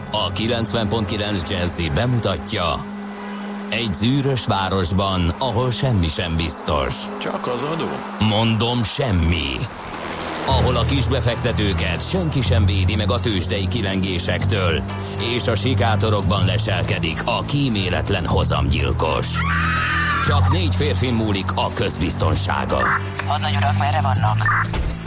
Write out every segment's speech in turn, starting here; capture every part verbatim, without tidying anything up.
A kilencven pont kilenc Jazzy bemutatja: egy zűrös városban, ahol semmi sem biztos. Csak az adó? Mondom, semmi. Ahol a kisbefektetőket senki sem védi meg a tőzsdei kilengésektől, és a sikátorokban leselkedik a kíméletlen hozamgyilkos. Csak négy férfin múlik a közbiztonsága. Hadnagy urak, merre vannak?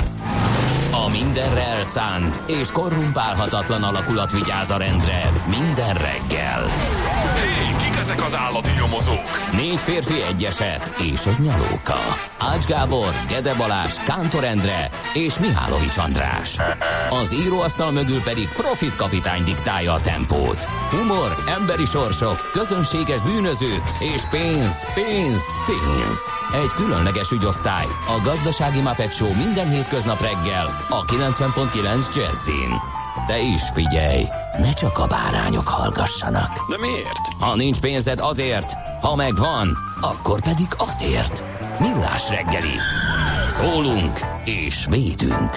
A mindenre elszánt és korrumpálhatatlan alakulat vigyáz a rendre minden reggel. Hé, kik ezek az állati nyomozók? Négy férfi, egy eset és egy nyalóka. Ács Gábor, Gede Balázs, Kántor Endre és Mihálovics András. Az íróasztal mögül pedig Profit kapitány diktálja a tempót. Humor, emberi sorsok, közönséges bűnözők és pénz, pénz, pénz. Egy különleges ügyosztály, a Gazdasági Muppet Show minden hétköznap reggel a kilencven pont kilenc Jazzin. De is figyelj, ne csak a bárányok hallgassanak. De miért? Ha nincs pénzed, azért, ha megvan, akkor pedig azért. Millás reggeli. Szólunk és védünk.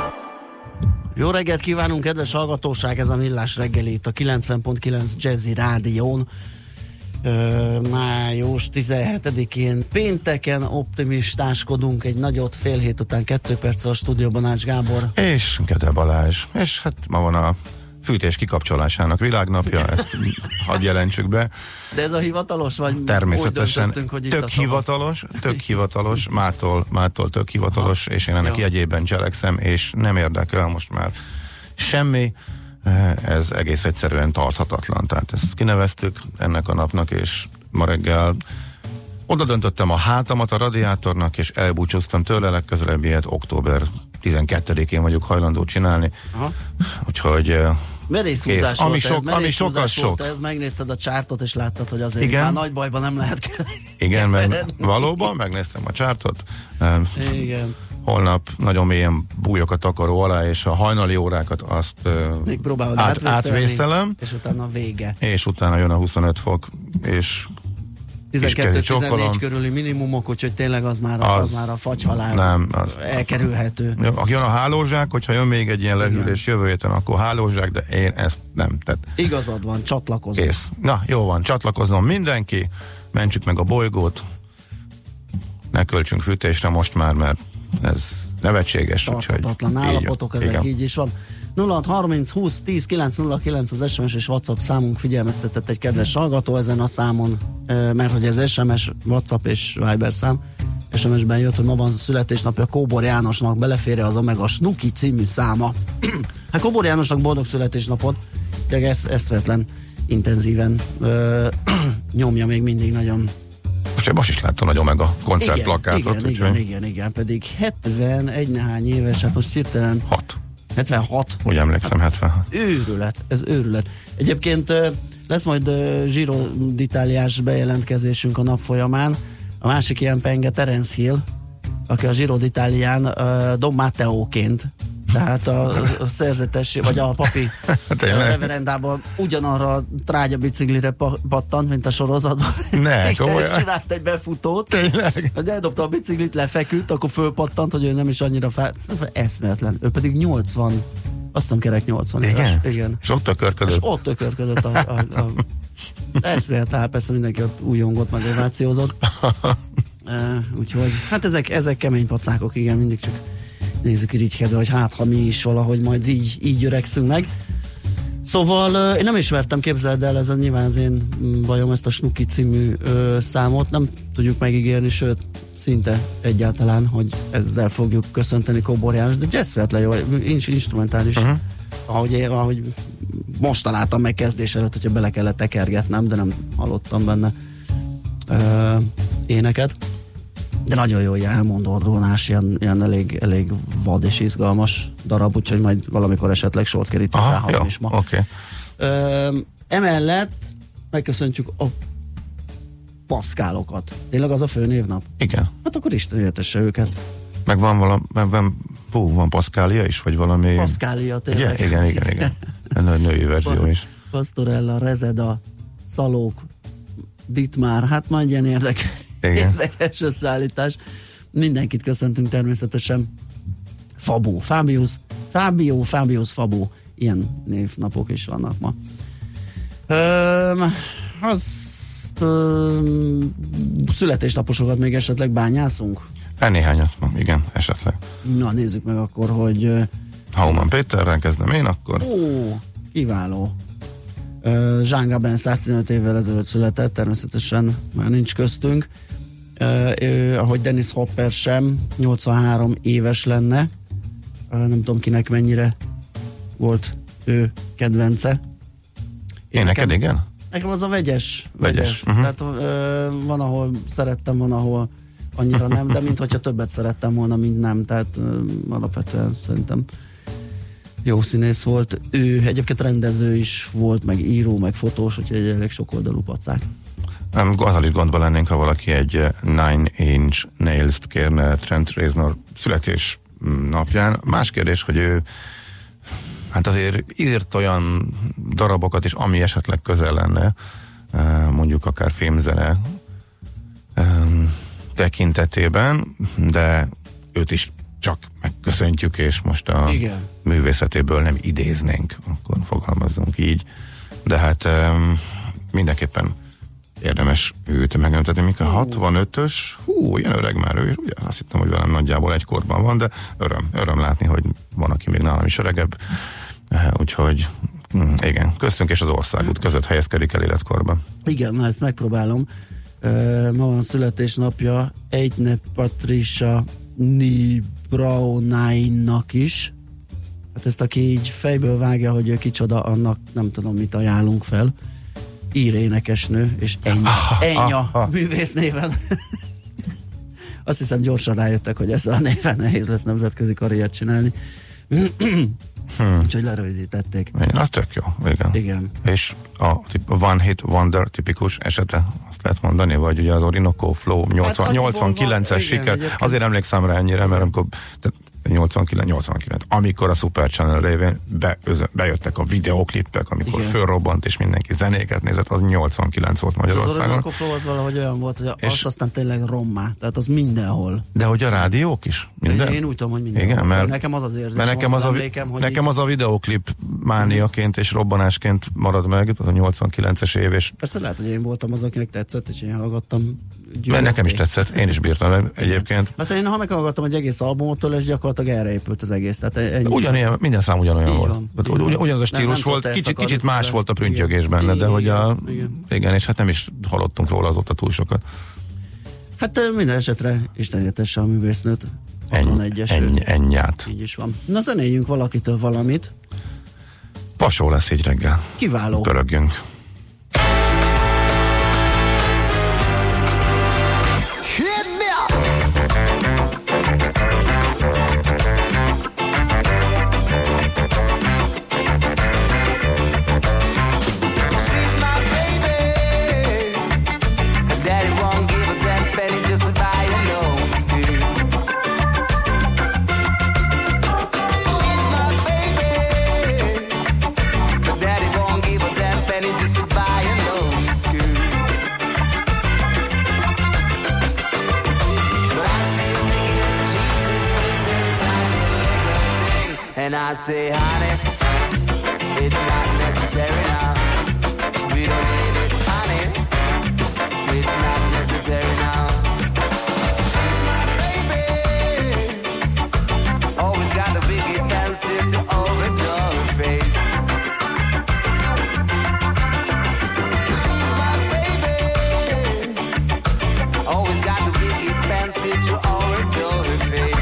Jó reggelt kívánunk, kedves hallgatóság, ez a Millás reggeli itt a kilencven pont kilenc Jazzy Rádión. Ö, május tizenhetedikén pénteken optimistáskodunk, egy nagyot, fél hét után kettő perc a stúdióban Ács Gábor. És Gede Balázs. És hát ma van a fűtés kikapcsolásának világnapja, ezt hadd jelentsük be. De ez a hivatalos, vagy természetesen hogy itt tök hivatalos, tök hivatalos, mától, mától tök hivatalos, ha. És én ennek jegyében cselekszem, és nem érdekel most már semmi. Ez egész egyszerűen tarthatatlan. Tehát ezt kineveztük ennek a napnak, és ma reggel oda döntöttem a hátamat a radiátornak, és elbúcsúztam tőle, legközelebb ilyet október tizenkettedikén vagyok hajlandó csinálni. Aha. Úgyhogy merészhúzás volt, ami ez, sok, ami sok, az sok. Ez, megnézted a csártot, és láttad, hogy azért igen? már nagy bajban nem lehet. Igen, mert valóban megnéztem a csártot. Igen. Holnap nagyon mélyen bújok a takaró alá, és a hajnali órákat azt még próbálod át, átvészelem. És utána vége. És utána jön a huszonöt fok, és tizenkettő tizennégy körüli minimumok, úgyhogy tényleg az már, az, az már a fagyhalál nem, az, elkerülhető. Jön a hálózsák, hogyha jön még egy ilyen lehűlés jövő héten, akkor hálózsák, de én ezt nem. Tehát igazad van, csatlakozom. Kész. Na, jó van, csatlakozom mindenki, mentsük meg a bolygót, ne költsünk fűtésre most már, mert ez nevetséges. Tartatatlan állapotok, ezek igen. Így is van. nulla hat harminc húsz tíz kilenc nulla kilenc az es em es és WhatsApp számunk, figyelmeztetett egy kedves hallgató ezen a számon, mert hogy ez es em es, WhatsApp és Viber szám. es em es-ben jött, hogy ma van születésnapja Kóbor Jánosnak, beleférje az a meg a Snuki című száma. Hát Kóbor Jánosnak boldog születésnapot, de ezt, ezt vetlen intenzíven ö, nyomja még mindig nagyon. Most, most is láttam nagyon meg a koncertplakátot. Igen, igen, igen, igen, igen, pedig hetvenegy nehány éves, hát most hirtelen hat. hetvenhat. Úgy emlékszem, hát, hetvenhat. Őrület, ez őrület. Egyébként lesz majd Giro d'Italiás bejelentkezésünk a nap folyamán. A másik ilyen penge Terence Hill, aki a Giro d'Italián Don Matteóként, tehát a, a szerzetes, vagy a papi reverendában ugyanarra a trágya biciklire pattant, mint a sorozatban. Ne, komolyan. És csinált egy befutót. Tényleg? De eldobta a biciklit, lefeküdt, akkor fölpattant, hogy ő nem is annyira fel... eszméletlen. Ő pedig nyolcvan, azt hiszem kerek nyolcvan igen? éves. Igen. És ott tökörködött. És ott tökörködött a... a, a eszméletlen, persze mindenki ott újongott, meg ovációzott. uh, úgyhogy, hát ezek, ezek kemény pacákok, igen, mindig csak nézzük irigykedve, hogy hát, ha mi is valahogy majd így, így öregszünk meg. Szóval én nem ismertem, képzeld el, ez a, nyilván az én bajom, ezt a Snuki című ö, számot, nem tudjuk megígérni, sőt, szinte egyáltalán, hogy ezzel fogjuk köszönteni Kóbor János, de jazzvetlen jó, nincs instrumentális, uh-huh. ahogy, ahogy most találtam meg kezdés előtt, hogyha bele kellett tekergetnem, de nem hallottam benne ö, éneket. De nagyon jó, ilyen elmondódrónás, ilyen, ilyen elég, elég vad és izgalmas darab, úgyhogy majd valamikor esetleg sort kerítünk rá, ha is ma. Okay. Ö, emellett megköszöntjük a paszkálokat. Tényleg az a főnévnap? Igen. Hát akkor Isten értesse őket. Meg van valami, van, hú, van Paszkália is, vagy valami... Paszkália, tényleg. Ugye? Igen, igen, igen. A női verzió is. Pastorella, Rezeda, Szalók, Dittmár, hát majd ilyen érdekes. Érdekes összeállítás. Mindenkit köszöntünk természetesen. Fabó, Fabius, Fábio, Fabius, Fabó. ilyen névnapok is vannak ma. Öm, azt öm, születésnaposokat még esetleg bányászunk? El néhányat, igen, esetleg. Na, nézzük meg akkor, hogy... Hauman Péterrel kezdem én akkor. Ó, kiváló. Jean Gabin száztizenöt évvel ezelőtt született, természetesen már nincs köztünk. Uh, ahogy Dennis Hopper sem, nyolcvanhárom éves lenne. Uh, nem tudom kinek mennyire volt ő kedvence. Én neked igen? Nekem az a vegyes. Vegyes. vegyes. Uh-huh. Tehát uh, van, ahol szerettem, van, ahol annyira nem, de mint hogyha többet szerettem volna, mint nem. Tehát uh, alapvetően szerintem jó színész volt. Ő egyébként rendező is volt, meg író, meg fotós, úgyhogy egy elég sok oldalú pacák. Azzal is gondban lennénk, ha valaki egy Nine Inch Nails-t kérne Trent Reznor születés napján. Más kérdés, hogy ő hát azért írt olyan darabokat is, ami esetleg közel lenne, mondjuk akár filmzene tekintetében, de őt is csak megköszöntjük, és most a Igen. művészetéből nem idéznénk, akkor fogalmazzunk így. De hát mindenképpen érdemes őt megemlíteni, mikor uh. hatvanötös, hú, ilyen öreg már ő, ugye azt hittem, hogy velem nagyjából egy korban van, de öröm, öröm látni, hogy van, aki még nálam is öregebb, úgyhogy igen, köztünk és az országút között helyezkedik el életkorban. Igen, na ezt megpróbálom. Uh, ma van születésnapja Eitne Patricia Nibraunainak is. Hát ezt, aki így fejből vágja, hogy ő kicsoda, annak nem tudom, mit ajánlunk fel. Ír énekesnő, és ennyi, ennyi a művész néven. Azt hiszem gyorsan rájöttek, hogy ezzel a néven nehéz lesz nemzetközi karriert csinálni. Hmm. Úgyhogy lerövidítették. Az tök jó, igen. igen. És a One Hit Wonder tipikus esete, azt lehet mondani, vagy ugye az Orinoco Flow nyolcvan, hát, nyolcvankilences siker. Igen, azért emlékszem rá ennyire, mert amikor nyolcvankilenc nyolcvankilenc, amikor a Super Channel révén be, bejöttek a videóklippek, amikor igen. fölrobbant és mindenki zenéket nézett, az nyolcvankilenc volt Magyarországon. Az Orinoco Flow az valahogy olyan volt, hogy azt aztán tényleg rommá, tehát az mindenhol. De hogy a rádiók is? Minden? Én úgy tudom, hogy mindenhol. Igen, mert nekem az az érzés, mert nekem az, az, emlékem, hogy nekem így... az a videóklip mániaként és robbanásként marad meg, az a nyolcvankilences év, és... Persze lehet, hogy én voltam az, akinek tetszett, és én hallgattam. Mert nekem is tetszett, én is bírtam egyébként. Aztán én ha meghallgattam egy egész albumottól, és gyakorlatilag erre épült az egész. Tehát ugyanilyen, minden szám ugyanolyan volt. Van, Ugy, ugyanaz a stílus nem, nem volt, kicsit, kicsit más de... volt a prüntjögés benne, igen, de hogy a... Igen. igen, és hát nem is hallottunk róla azóta túl sokat. Hát minden esetre Isten értesse a művésznőt. hatvanegyes. Ennyi, ennyát. Így is van. Na zenéljünk valakitől valamit. Pasó lesz így reggel. Kiváló. Pörögjünk. And I say, honey, it's not necessary now. We don't need it, honey. It's not necessary now. She's my baby. Always got the big pencil to overdraw her face. She's my baby. Always got the big pencil to overdraw her face.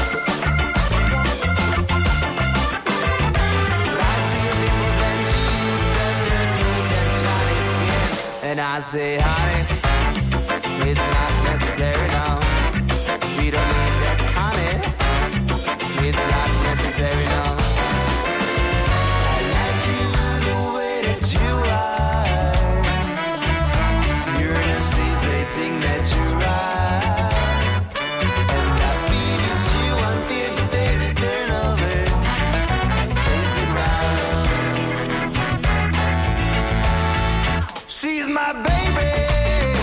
And I say, honey, it's not necessary now. We don't need that, honey. It's not necessary now. I like you the way that you are. You're the easy thing that you are. And I'll be with you until the day they turn over and face the ground. She's my baby.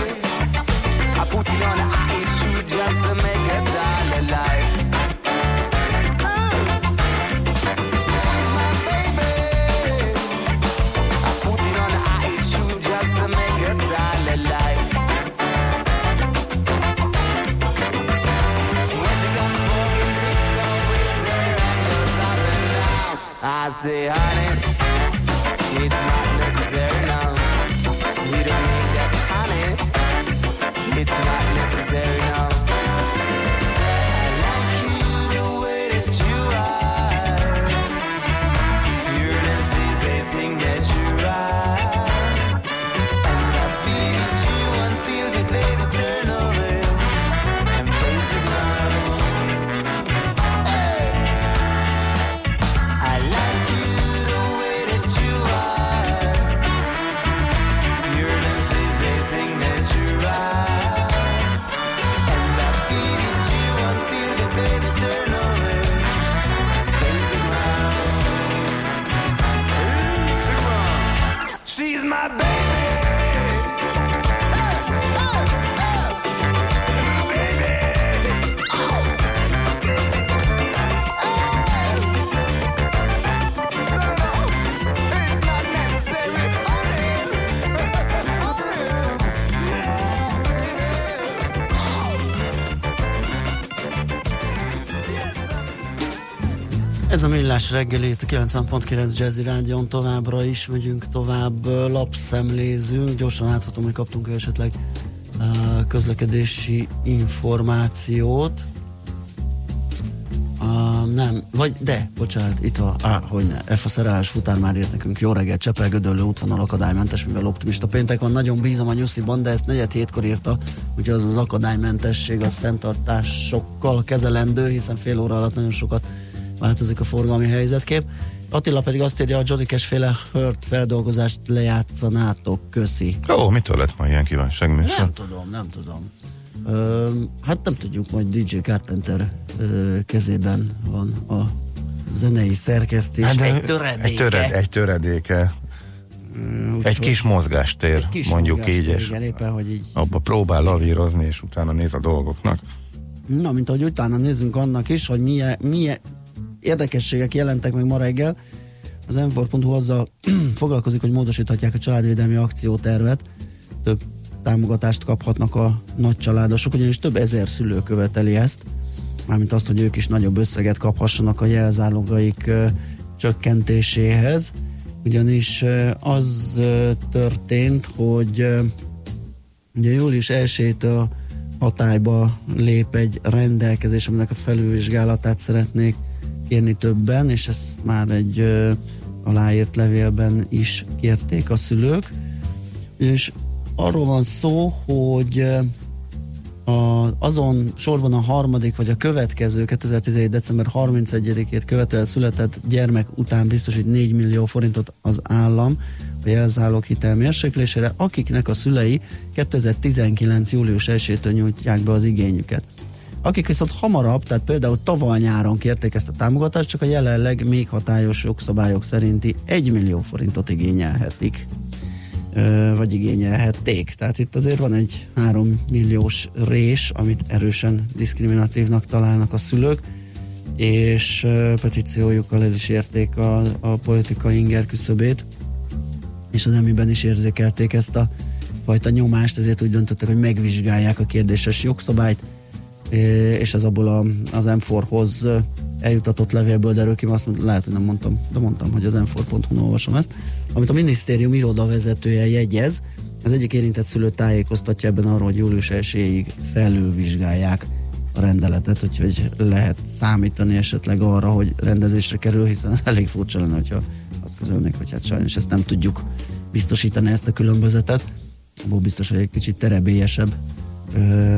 I say, honey, it's not necessary now. We don't need that, honey. It's not necessary now. I like you the way that you are. Pureness is a thing that you are. And I beat you until the day we turn away and face the ground. Hey. I like you the way that you are. Pureness is a thing that you are. And I beat you until the day we turn away and face the ground. Face the ground. She's my baby. Ez a Millás reggeli, a kilencven pont kilenc Jazzy Rádion, továbbra is megyünk tovább, lapszemlézünk, gyorsan átfutom, hogy kaptunk esetleg uh, közlekedési információt. Uh, nem, vagy de, bocsánat, itt van, á, hogyne, F a szerelás futár már írt nekünk, jó reggel, Csepel-Gödöllő útvonal akadálymentes, mivel optimista péntek van, nagyon bízom a nyusziban, de ezt negyed hétkor írta, úgyhogy az az akadálymentesség, az fenntartásokkal kezelendő, hiszen fél óra alatt nagyon sokat változik a forgalmi helyzetkép. Attila pedig azt írja, a Johnny Cash féle Hurt feldolgozást lejátszanátok, köszi. Ó, mitől lett ma ilyen kívánság? Nem tudom, nem tudom. Ö, hát nem tudjuk, majd dé dzsé Carpenter ö, kezében van a zenei szerkesztés. Hát egy töredéke. Egy, töred, egy töredéke. Úgy egy kis mozgástér, egy kis mondjuk mozgástér, így, és igen, éppen, hogy így abba próbál lavírozni, és utána néz a dolgoknak. Na, mint ahogy utána nézzünk annak is, hogy milyen, milyen érdekességek jelentek meg ma reggel. Az em négy pont hu azzal foglalkozik, hogy módosíthatják a családvédelmi akciótervet. Több támogatást kaphatnak a nagycsaládosok, ugyanis több ezer szülő követeli ezt, mármint azt, hogy ők is nagyobb összeget kaphassanak a jelzálogaik ö, csökkentéséhez. Ugyanis ö, az ö, történt, hogy ö, ugye július elsejétől hatályba lép egy rendelkezés, aminek a felülvizsgálatát szeretnék kérni többen, és ezt már egy ö, aláírt levélben is kérték a szülők. És arról van szó, hogy ö, a, azon sorban a harmadik vagy a következő kétezer-tizenhét december harmincegyedikét követően született gyermek után biztosít négy millió forintot az állam a jelzálog hitel mérséklésére, akiknek a szülei kétezer-tizenkilenc július elsejétől nyújtják be az igényüket. Akik viszont hamarabb, tehát például tavaly nyáron kérték ezt a támogatást, csak a jelenleg még hatályos jogszabályok szerinti egy millió forintot igényelhetik, Ö, vagy igényelhették. Tehát itt azért van egy három milliós rés, amit erősen diszkriminatívnak találnak a szülők, és ö, petíciójukkal el is érték a, a politikai inger küszöbét, és az emiben is érzékelték ezt a fajta nyomást, ezért úgy döntöttek, hogy megvizsgálják a kérdéses jogszabályt, és ez abból a, az em négyhoz eljutatott levélből derül ki, azt mondom, lehet, hogy nem mondtam, de mondtam, hogy az em négy pont hu-n olvasom ezt, amit a minisztérium irodavezetője jegyez. Az egyik érintett szülő tájékoztatja ebben arról, hogy július elsejéig felülvizsgálják a rendeletet, úgyhogy lehet számítani esetleg arra, hogy rendezésre kerül, hiszen ez elég furcsa lenne, hogyha azt közölnék, hogy hát sajnos ezt nem tudjuk biztosítani, ezt a különbözetet. Abból biztos, hogy egy kicsit terebélyesebb ö,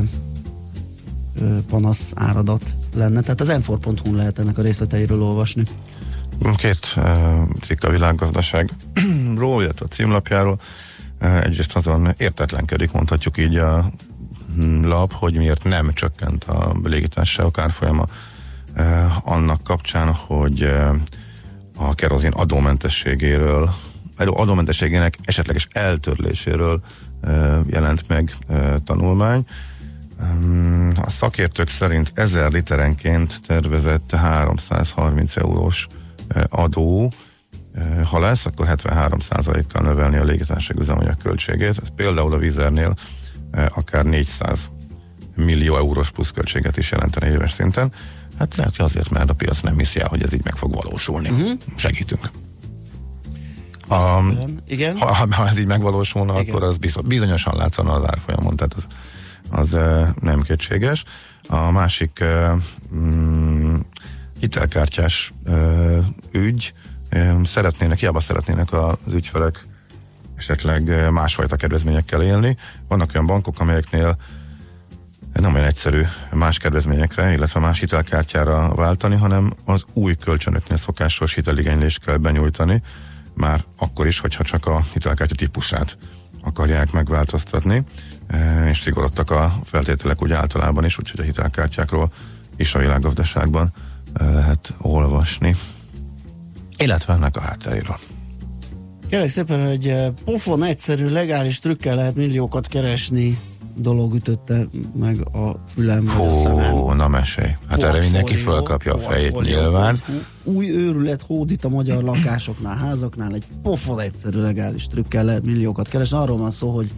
panasz áradat lenne. Tehát az em négy pont hu-n lehet ennek a részleteiről olvasni. Két uh, cikk a világgazdaságról, illetve a címlapjáról. Uh, egyrészt azon értetlenkedik, mondhatjuk így a lap, hogy miért nem csökkent a légitársaságok árfolyama uh, annak kapcsán, hogy uh, a kerozin adómentességéről, adómentességének esetleges eltörléséről uh, jelent meg uh, tanulmány. A szakértők szerint ezer literenként tervezett háromszázharminc eurós adó, ha lesz, akkor hetvenhárom százalékkal növelni a légitársaság üzemanyag költségét. Ez például a Wizz Airnél akár négyszáz millió eurós pluszköltséget is jelentene éves szinten. Hát lehet, hogy azért, mert a piac nem hiszi el, hogy ez így meg fog valósulni. Uh-huh. Segítünk. A, igen. Ha, ha ez így megvalósulna, igen, akkor az biztos, bizonyosan látszana az árfolyamon, tehát az, az uh, nem kétséges. A másik uh, um, hitelkártyás uh, ügy, um, szeretnének, hiába szeretnének az ügyfelek esetleg másfajta kedvezményekkel élni. Vannak olyan bankok, amelyeknél nem olyan egyszerű más kedvezményekre, illetve más hitelkártyára váltani, hanem az új kölcsönöknél szokásos hiteligénylést kell benyújtani, már akkor is, hogyha csak a hitelkártya típusát akarják megváltoztatni, és szigorodtak a feltételek úgy általában is, úgyhogy a hitelkártyákról is a világgazdaságban lehet olvasni. Illetve ennek a hátteréről. Kérlek szépen, hogy pofon egyszerű, legális trükkel lehet milliókat keresni, dolog ütötte meg a fülem. Fú, na mesélj. Hát erre mindenki fölkapja a fejét nyilván. Új őrület hódít a magyar lakásoknál, házaknál, egy pofon egyszerű, legális trükkel lehet milliókat keresni. Arról van szó, hogy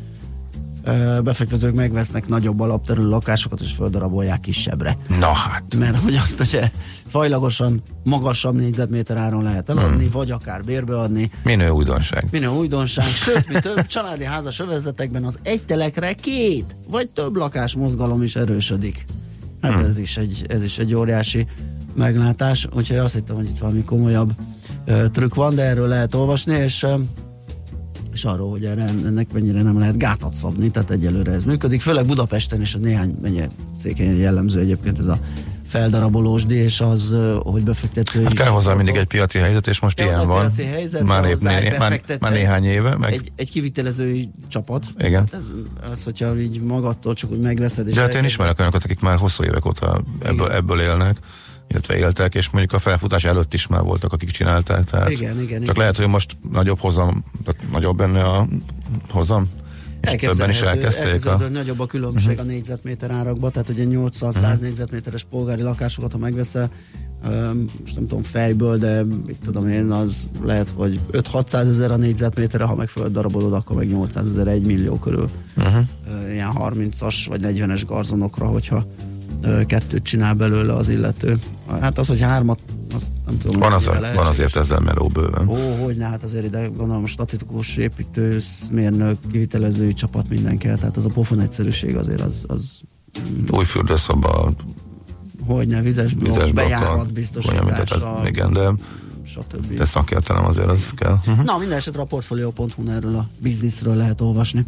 befektetők megvesznek nagyobb alapterű lakásokat, és földarabolják kisebbre. Na hát. Mert hogy azt ugye fajlagosan magasabb négyzetméter áron lehet eladni, hmm. vagy akár bérbe adni. Minő újdonság. Minő újdonság. Sőt, mi több családi házas övezetekben az egy telekre két, vagy több lakás mozgalom is erősödik. Hát hmm. ez, is egy, ez is egy óriási meglátás. Úgyhogy azt hittem, hogy itt valami komolyabb uh, trükk van, de erről lehet olvasni, és uh, és arról, hogy erre, ennek mennyire nem lehet gátat szabni, tehát egyelőre ez működik, főleg Budapesten, és a néhány mennyire székenyen jellemző egyébként ez a feldarabolósdi, és az, hogy befektetői... Hát kell hozzá mindig egy piaci helyzet, és most ilyen van. Helyzet, már, épp né, már, már néhány éve. Meg... Egy, egy kivitelezői csapat. Igen. Hát ez, az, hogyha így magadtól csak úgy megveszed. És de hát én ismerek olyanokat, akik már hosszú évek óta ebből, ebből élnek, illetve éltek, és mondjuk a felfutás előtt is már voltak, akik csinálták. Tehát igen, igen. Csak igen. lehet, hogy most nagyobb hozam, tehát nagyobb benne a hozam, és többen is elkezdték. A... Nagyobb a különbség uh-huh. a négyzetméter árakban, tehát ugye nyolcszáz uh-huh. négyzetméteres polgári lakásokat, ha megveszel, most nem tudom fejből, de mit tudom én, az lehet, hogy öt-hatszázezer a négyzetméterre, ha meg földarabolod, akkor meg nyolcszázezer, egy millió körül. Uh-huh. Ilyen harmincas vagy negyvenes garzonokra, hogyha kettőt csinál belőle az illető. Hát az, hogy hármat, azt nem tudom. Van, az, van azért ezzel meló bőven. Ó, hogyne, hát azért ide gondolom statikus, építőmérnök, kivitelezői csapat minden kell, tehát az a pofon egyszerűség azért az... az új fürdőszoba, hogyne, vizes blokk, vizes bejárat biztosítása, igen, de, stb. De szakértelem azért az kell. Uh-huh. Na, minden esetre a portfolio pont hu erről a bizniszről lehet olvasni.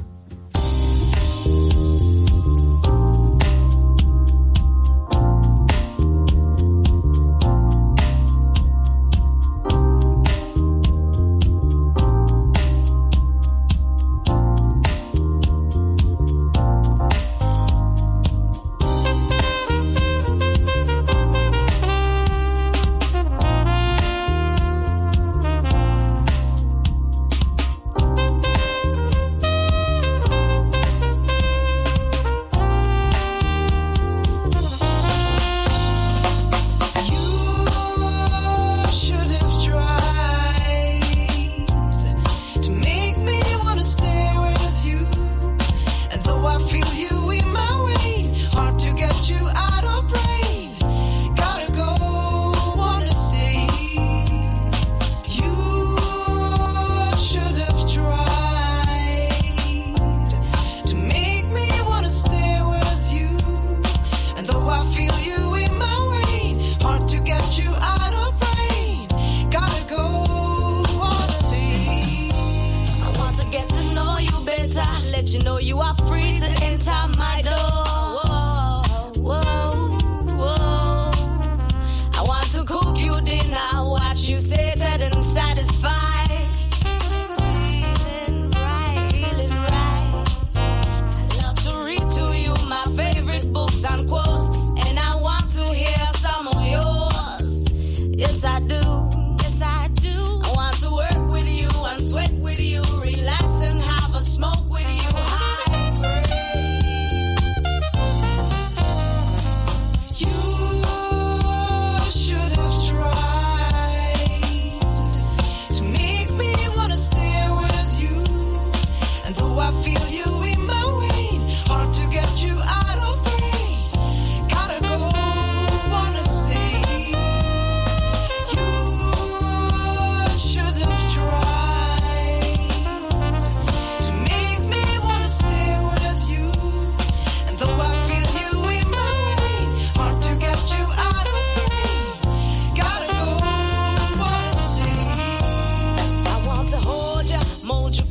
Smoke with you, relax and have a smoke with you. High.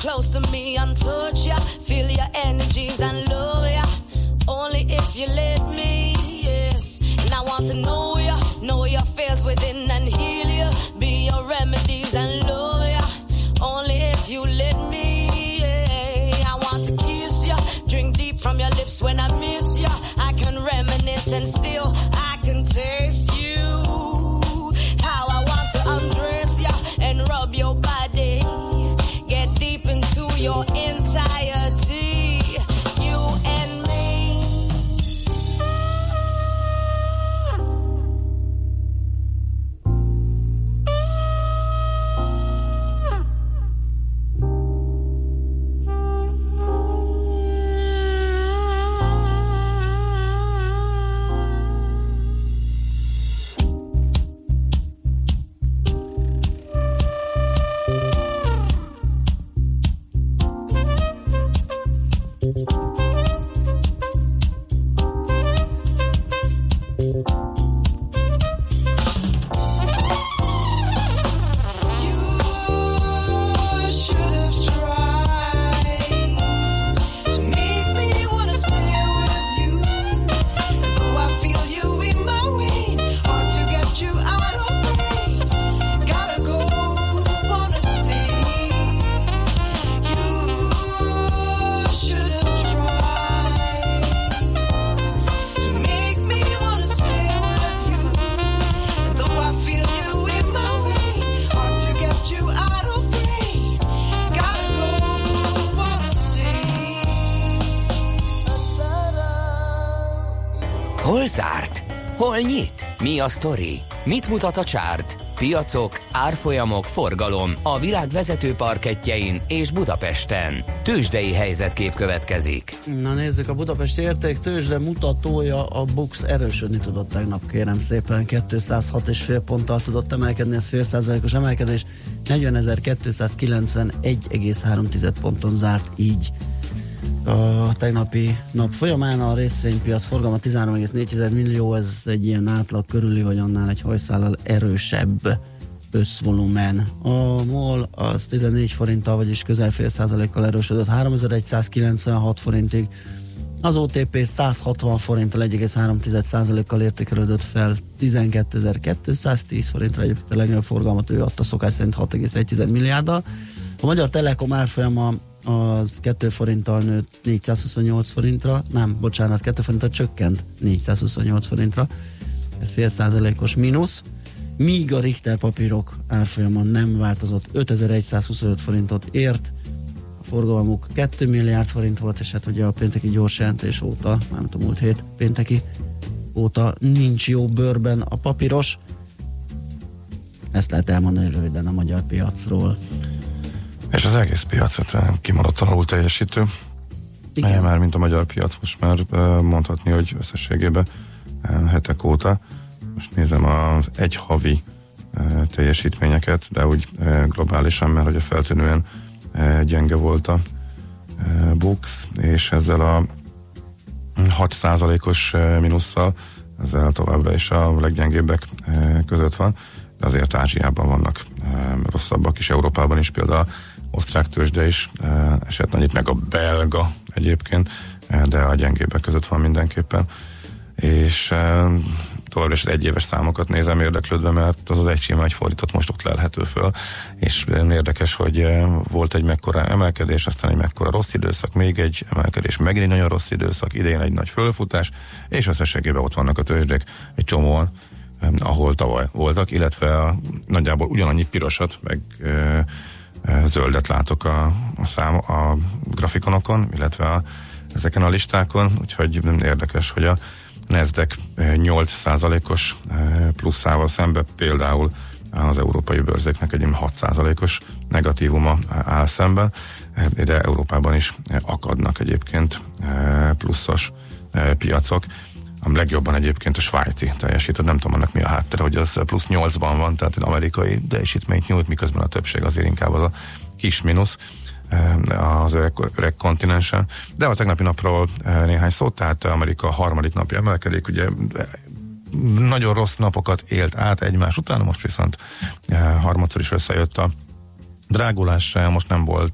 close to me and touch ya, feel your energies and love ya, only if you let me, yes. And I want to know ya, know your fears within and heal ya, be your remedies and love ya, only if you let me, yeah. I want to kiss ya, drink deep from your lips when I miss ya, I can reminisce and still I can taste you, how I want to undress ya and rub your body, get deep into your entirety, you and me. Hol zárt? Hol nyit? Mi a sztori? Mit mutat a csárt? Piacok, árfolyamok, forgalom a világ vezető parkettjein és Budapesten. Tőzsdei helyzetkép következik. Na nézzük, a Budapesti érték tőzsde mutatója, a BUX erősödni tudott tegnap, kérem szépen, kétszázhat egész öt ponttal tudott emelkedni, ez fél százalékos emelkedés, negyvenezer-kétszázkilencvenegy egész három ponton zárt így. A tegnapi nap folyamán a részvénypiac forgalma tizenhárom egész négy millió, ez egy ilyen átlag körüli, vagy annál egy hajszállal erősebb összvolumen. A MOL az tizennégy forinttal, vagyis közel fél százalékkal erősödött háromezer-százkilencvenhat forintig, az o té pé száz hatvan forinttal egy egész három százalékkal értékelődött fel tizenkétezer-kétszáztíz forintra, egyébként a legnagyobb forgalmat ő adta szokás szerint hat egész egy milliárddal. A Magyar Telekom árfolyama az két forinttal nőtt négyszázhuszonnyolc forintra, nem, bocsánat, két forinttal csökkent négyszázhuszonnyolc forintra, ez fél százalékos mínusz, míg a Richter papírok árfolyama nem változott, ötezer-százhuszonöt forintot ért, a forgalmuk két milliárd forint volt, és hát ugye a pénteki gyors jelentés óta, nem tudom, múlt hét pénteki óta nincs jó bőrben a papíros. Ezt lehet elmondani röviden a magyar piacról. És az egész piacot kimondottan alul teljesítő. Igen. Már mint a magyar piac most már mondhatni, hogy összességében hetek óta. Most nézem az egy havi teljesítményeket, de úgy globálisan, mert ugye feltűnően gyenge volt a BUX, és ezzel a hat százalékos mínusszal, ezzel továbbra is a leggyengébbek között van, de azért Ázsiában vannak rosszabbak is, Európában is, például osztrák tőzsde is esett nagyit, meg a belga egyébként, de a gyengébbek között van mindenképpen. És továbbra is az egyéves számokat nézem érdeklődve, mert az az egy sima, egy fordított most ott lelhető föl, és érdekes, hogy volt egy mekkora emelkedés, aztán egy mekkora rossz időszak, még egy emelkedés, megint egy nagyon rossz időszak, idején egy nagy fölfutás, és összességében ott vannak a tőzsdék egy csomóan, ahol tavaly voltak, illetve a, nagyjából ugyanannyi pirosat, meg e, e, zöldet látok a, a, szám, a grafikonokon, illetve a, ezeken a listákon, úgyhogy érdekes, hogy a Nasdaq nyolc százalékos pluszával szembe például az európai bőrzéknek egy hat százalékos negatívuma áll szemben, de Európában is akadnak egyébként pluszos piacok. A legjobban egyébként a svájci teljesített, nem tudom annak mi a háttere, hogy az plusz nyolcban van, tehát egy amerikai teljesítményt nyújt, miközben a többség azért inkább az a kis mínusz az öreg, öreg kontinensen. De a tegnapi napról néhány szót, tehát Amerika a harmadik napja emelkedik, ugye nagyon rossz napokat élt át egymás után, most viszont harmadszor is összejött a drágulás, most nem volt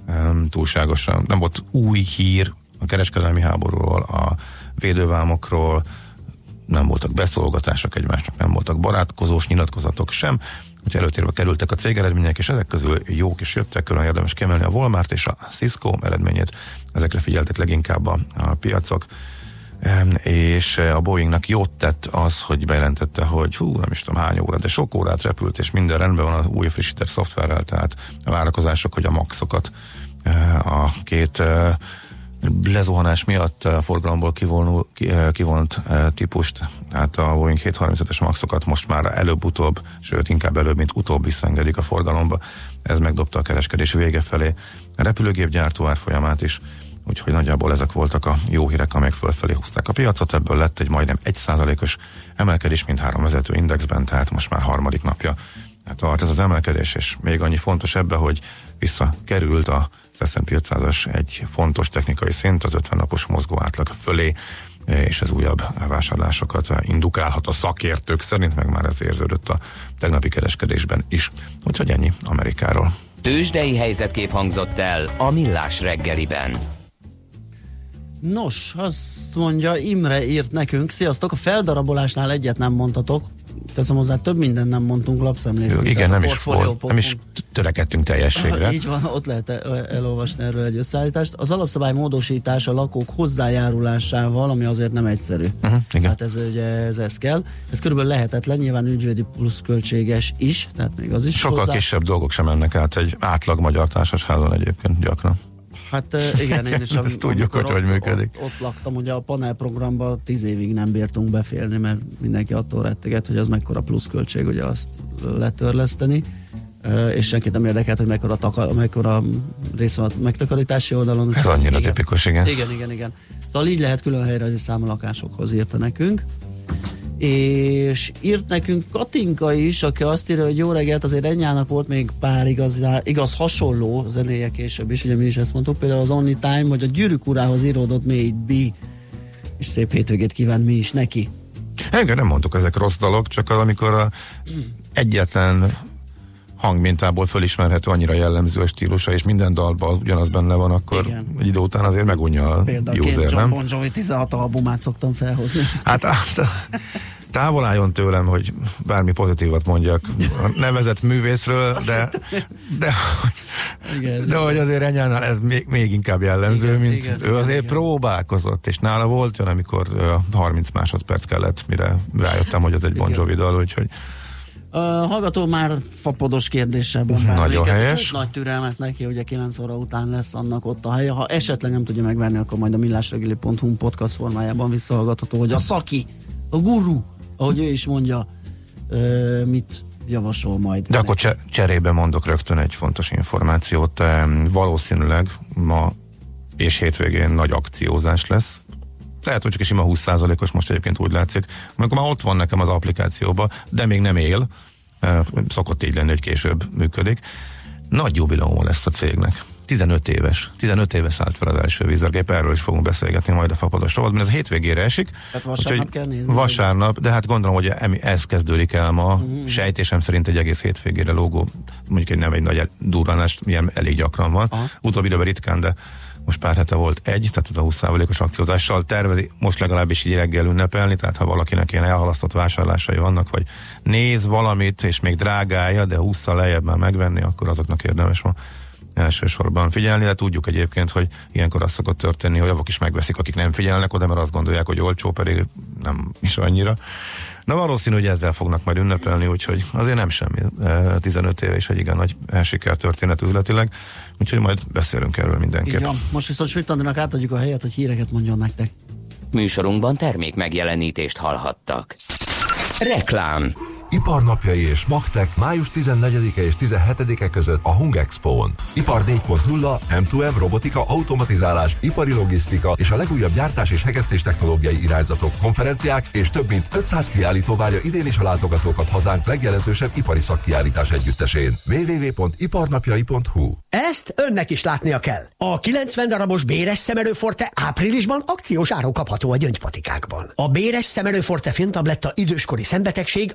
um, túlságosan. Nem volt új hír a kereskedelmi háborúról, a védővámokról, nem voltak beszólogatások egymásnak, nem voltak barátkozós nyilatkozatok sem, hogy előtérbe kerültek a cégeredmények, és ezek közül jók is jöttek, külön érdemes kiemelni a Walmart és a Cisco eredményét, ezekre figyeltek leginkább a, a piacok, és a Boeingnak jót tett az, hogy bejelentette, hogy hú, nem is tudom hány óra, de sok órát repült, és minden rendben van az új frissített szoftverrel, tehát a várakozások, hogy a maxokat, a két lezuhanás miatt a forgalomból kivonul, kivont típust, tehát a Boeing hétszázharmincötös maxokat most már előbb-utóbb, sőt inkább előbb, mint utóbb visszaengedik a forgalomba. Ez megdobta a kereskedés vége felé a repülőgépgyártó árfolyamát is, úgyhogy nagyjából ezek voltak a jó hírek, amelyek fölfelé húzták a piacot, ebből lett egy majdnem egy százalékos emelkedés mindhárom vezető indexben, tehát most már harmadik napja tart ez az emelkedés, és még annyi fontos ebbe, hogy visszakerült a es és pé ötszázas egy fontos technikai szint, az ötven napos mozgó átlag fölé, és ez újabb vásárlásokat indukálhat a szakértők szerint, meg már ez érződött a tegnapi kereskedésben is. Úgyhogy ennyi Amerikáról. Tőzsdei helyzetkép hangzott el a Millás reggeliben. Nos, azt mondja, Imre írt nekünk, sziasztok, a feldarabolásnál egyet nem mondhatok, teszem hozzá, több mindent nem mondtunk lapszemlészként. Igen, nem is, volt, nem is törekedtünk teljességre. Így van, ott lehet elolvasni erről egy összeállítást. Az alapszabály módosítása a lakók hozzájárulásával, ami azért nem egyszerű. Uh-huh, igen. Hát ez ugye ez, ez kell. Ez körülbelül lehetetlen, nyilván ügyvédi pluszköltséges is, tehát még az is sokkal hozzá... kisebb dolgok sem mennek át egy átlag magyar társasházon egyébként gyakran. Hát igen, én is am, tudjuk, hogy ott, hogy működik. Ott, ott laktam, ugye a panelprogramban tíz évig nem bírtunk beférni, mert mindenki attól retteget, hogy az mekkora pluszköltség, ugye azt letörleszteni, és senkit nem érdekelt, hogy mekkora, taka, mekkora rész van a megtakarítási oldalon. Ez annyira igen. Tipikus, igen. Igen, igen, igen. Szóval így lehet külön helyrehozni számolakásokhoz, írta nekünk. És írt nekünk Katinka is, aki azt írja, hogy jó reggelt, azért Enyának volt még pár igaz, igaz hasonló zenéje később is, ugye mi is ezt mondtuk, például az Only Time, hogy a Gyűrűk urához íródott Made Be, és szép hétvégét kíván mi is neki. Igen, nem mondtuk, ezek rossz dalok, csak az, amikor a mm. egyetlen hangmintából fölismerhető annyira jellemző a stílusa, és minden dalban ugyanaz benne van, akkor igen. Egy idő után azért megunja a például user, nem? Bon Jovi tizenhat albumát szoktam felhozni. Hát távol álljon tőlem, hogy bármi pozitívat mondjak a nevezett művészről, de de, igen, de hogy azért Enyánál ez még, még inkább jellemző, igen, mint igen, ő azért igen. Próbálkozott, és nála volt olyan, amikor harminc másodperc kellett, mire rájöttem, hogy ez egy Bon Jovi dal, úgyhogy a hallgató már fapados kérdéssel bombáz nagyon minket, helyes. Nagy türelmet neki, ugye kilenc óra után lesz annak ott a helye. Ha esetleg nem tudja megvárni, akkor majd a millásregeli pont hu podcast formájában visszahallgatható, hogy a szaki, a guru, ahogy ő is mondja, mit javasol majd. De akkor cse- cserébe mondok rögtön egy fontos információt. Valószínűleg ma és hétvégén nagy akciózás lesz. Lehet, hogy csak is ima húsz százalékos, most egyébként úgy látszik. Amikor már ott van nekem az applikációban, de még nem él, szokott így lenni, hogy később működik. Nagy jubileum lesz a cégnek. tizenöt éves. tizenöt éve szállt fel az első vízergép, erről is fogunk beszélgetni majd a fapados rovatban. Ez a hétvégére esik. Tehát vasárnap kell nézni. Vasárnap, de hát gondolom, hogy ez kezdődik el ma. Mm-hmm. Sejtésem szerint egy egész hétvégére lógó, mondjuk egy nem egy nagy durranást, milyen elég gyakran van. Aha. Utóbbi időben ritkán, de most pár hete volt egy, tehát ez a húsz százalékos akciózással tervezi, most legalábbis így reggel ünnepelni, tehát ha valakinek ilyen elhalasztott vásárlásai vannak, vagy néz valamit, és még drágája, de hússzal lejjebb már megvenni, akkor azoknak érdemes ma elsősorban figyelni, de tudjuk egyébként, hogy ilyenkor az szokott történni, hogy avok is megveszik, akik nem figyelnek oda, mert azt gondolják, hogy olcsó, pedig nem is annyira. Na valószínű, hogy ezzel fognak majd ünnepelni, úgyhogy azért nem semmi. tizenöt éve is egy igen nagy siker történet üzletileg, úgyhogy majd beszélünk erről mindenképp. Igen, most viszont Smitandnak átadjuk a helyet, hogy híreket mondjon nektek. Műsorunkban termék megjelenítést hallhattak. Reklám. Iparnapjai és Magtech május tizennegyedike és tizenhetedike között a Hungexpo-n. Ipar négy pont nulla, em kettő em, robotika, automatizálás, ipari logisztika és a legújabb gyártás és hegesztés technológiai irányzatok, konferenciák és több mint ötszáz kiállító várja idén is a látogatókat hazánk legjelentősebb ipari szakkiállítás együttesén. double-u double-u double-u pont iparnapjai pont hu. Ezt önnek is látnia kell. A kilencven darabos béres szemerőforte áprilisban akciós áron kapható a gyöngypatikákban. A béres szemerőforte filmtabletta időskori szembetegség, makuladás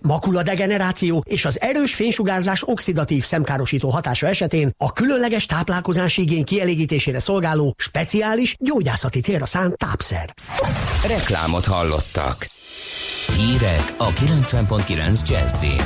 degeneráció és az erős fénysugárzás oxidatív szemkárosító hatása esetén a különleges táplálkozási igény kielégítésére szolgáló speciális gyógyászati célra szánt tápszer. Reklámot hallottak. Hírek a kilencven pont kilenc Jazzin.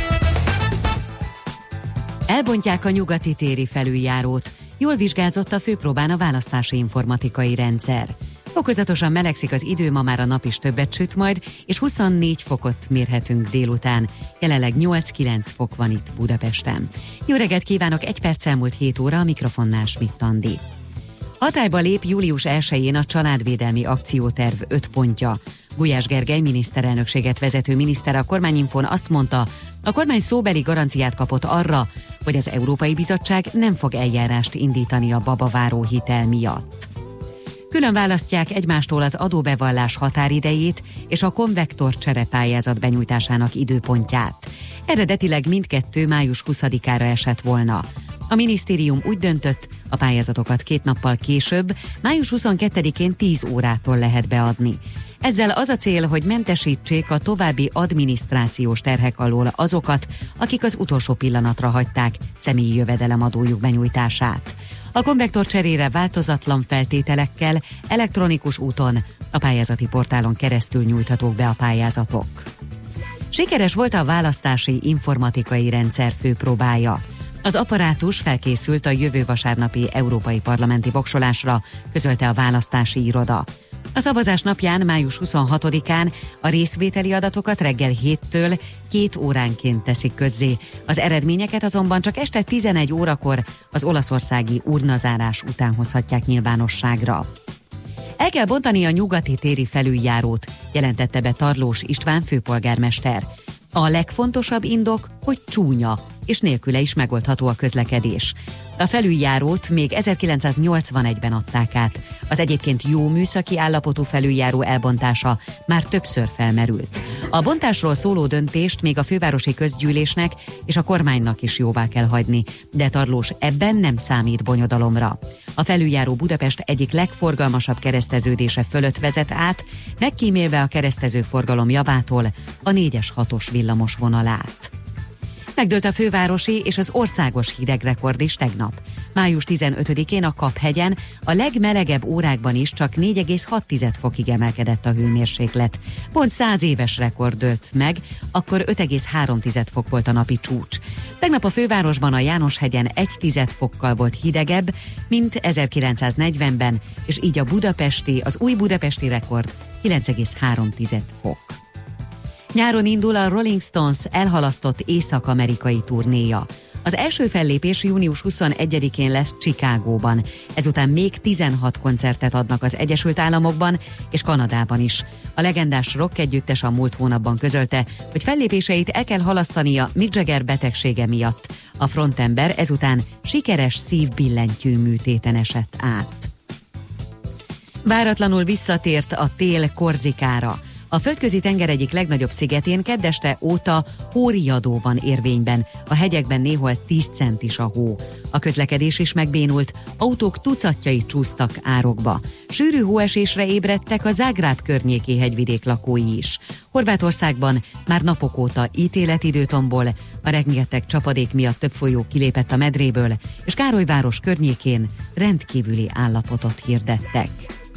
Elbontják a nyugati téri felüljárót. Jól vizsgázott a főpróbán a választási informatikai rendszer. Fokozatosan melegszik az idő, ma már a nap is többet süt majd, és huszonnégy fokot mérhetünk délután. Jelenleg nyolc-kilenc fok van itt Budapesten. Jó reggelt kívánok, egy perc elmúlt hét óra, a mikrofonnál Schmidt Andi. Hatályba lép július elsején a családvédelmi akcióterv öt pontja. Gulyás Gergely miniszterelnökséget vezető miniszter a Kormányinfón azt mondta, a kormány szóbeli garanciát kapott arra, hogy az Európai Bizottság nem fog eljárást indítani a babaváró hitel miatt. Külön választják egymástól az adóbevallás határidejét és a konvektor cserepályázat benyújtásának időpontját. Eredetileg mindkettő május huszadikára esett volna. A minisztérium úgy döntött, a pályázatokat két nappal később, május huszonkettedikén tíz órától lehet beadni. Ezzel az a cél, hogy mentesítsék a további adminisztrációs terhek alól azokat, akik az utolsó pillanatra hagyták személyi jövedelemadójuk benyújtását. A konvektor cserére változatlan feltételekkel, elektronikus úton, a pályázati portálon keresztül nyújthatók be a pályázatok. Sikeres volt a választási informatikai rendszer főpróbája. Az apparátus felkészült a jövő vasárnapi európai parlamenti voksolásra, közölte a választási iroda. A szavazás napján, május huszonhatodikán a részvételi adatokat reggel héttől két óránként teszik közzé. Az eredményeket azonban csak este tizenegy órakor az olaszországi urnazárás után hozhatják nyilvánosságra. El kell bontani a nyugati téri felüljárót, jelentette be Tarlós István főpolgármester. A legfontosabb indok, hogy csúnya, és nélküle is megoldható a közlekedés. A felüljárót még ezerkilencszáznyolcvanegyben adták át. Az egyébként jó műszaki állapotú felüljáró elbontása már többször felmerült. A bontásról szóló döntést még a fővárosi közgyűlésnek és a kormánynak is jóvá kell hagyni, de Tarlós ebben nem számít bonyodalomra. A felüljáró Budapest egyik legforgalmasabb kereszteződése fölött vezet át, megkímélve a keresztező forgalom javától a négyes hatos villamos vonalát. Megdőlt a fővárosi és az országos hidegrekord is tegnap. május tizenötödikén a Kaphegyen a legmelegebb órákban is csak négy egész hat fokig emelkedett a hőmérséklet. Pont száz éves rekord dőlt meg, akkor öt egész három fok volt a napi csúcs. Tegnap a fővárosban a Jánoshegyen egy tized fokkal volt hidegebb, mint ezerkilencszáznegyvenben, és így a budapesti, az új budapesti rekord kilenc egész három fok. Nyáron indul a Rolling Stones elhalasztott észak-amerikai turnéja. Az első fellépés június huszonegyedikén lesz Chicagóban, ezután még tizenhat koncertet adnak az Egyesült Államokban és Kanadában is. A legendás rock együttes a múlt hónapban közölte, hogy fellépéseit el kell halasztania Mick Jagger betegsége miatt. A frontember ezután sikeres szívbillentyű műtéten esett át. Váratlanul visszatért a tél Korzikára. A földközi tenger egyik legnagyobb szigetén kedd este óta hóriadó van érvényben, a hegyekben néhol tíz centis a hó. A közlekedés is megbénult, autók tucatjai csúsztak árokba. Sűrű hóesésre ébredtek a Zágráb környéki hegyvidék lakói is. Horvátországban már napok óta ítéletidő tombol, a rengeteg csapadék miatt több folyó kilépett a medréből, és Károlyváros környékén rendkívüli állapotot hirdettek.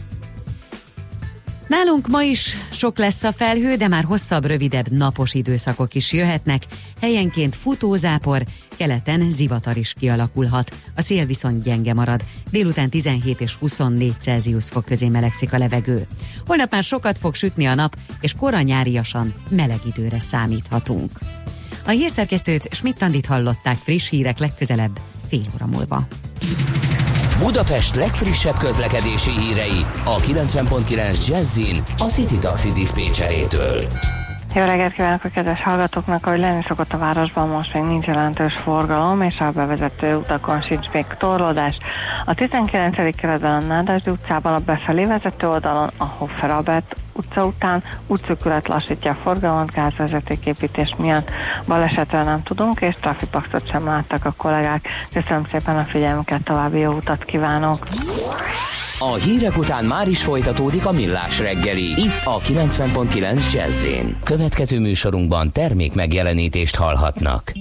Nálunk ma is sok lesz a felhő, de már hosszabb, rövidebb napos időszakok is jöhetnek. Helyenként futózápor, keleten zivatar is kialakulhat. A szél viszont gyenge marad. Délután tizenhét és huszonnégy Celsius fok közé melegszik a levegő. Holnap már sokat fog sütni a nap, és kora nyáriasan meleg időre számíthatunk. A hírszerkesztőt, Schmidt Andit hallották, friss hírek legközelebb fél óra múlva. Budapest legfrissebb közlekedési hírei a kilencven pont kilenc Jazzin a City Taxi diszpécserétől. Jó reggelt kívánok a kedves hallgatóknak, ahogy lenni szokott a városban, most még nincs jelentős forgalom, és a bevezető utakon sincs még torlódás. A tizenkilencedik kerületben a Nádasdy utcában a befelé vezető oldalon a Hoffer Albert utca után útszűkület lassítja a forgalmat gázvezetéképítés miatt. Balesetről nem tudunk, és trafipaxot sem láttak a kollégák. Köszönöm szépen a figyelmüket, további jó utat kívánok! A hírek után már is folytatódik a Millás reggeli, itt a kilencven pont kilenc Jazz-én. Következő műsorunkban termék megjelenítést hallhatnak.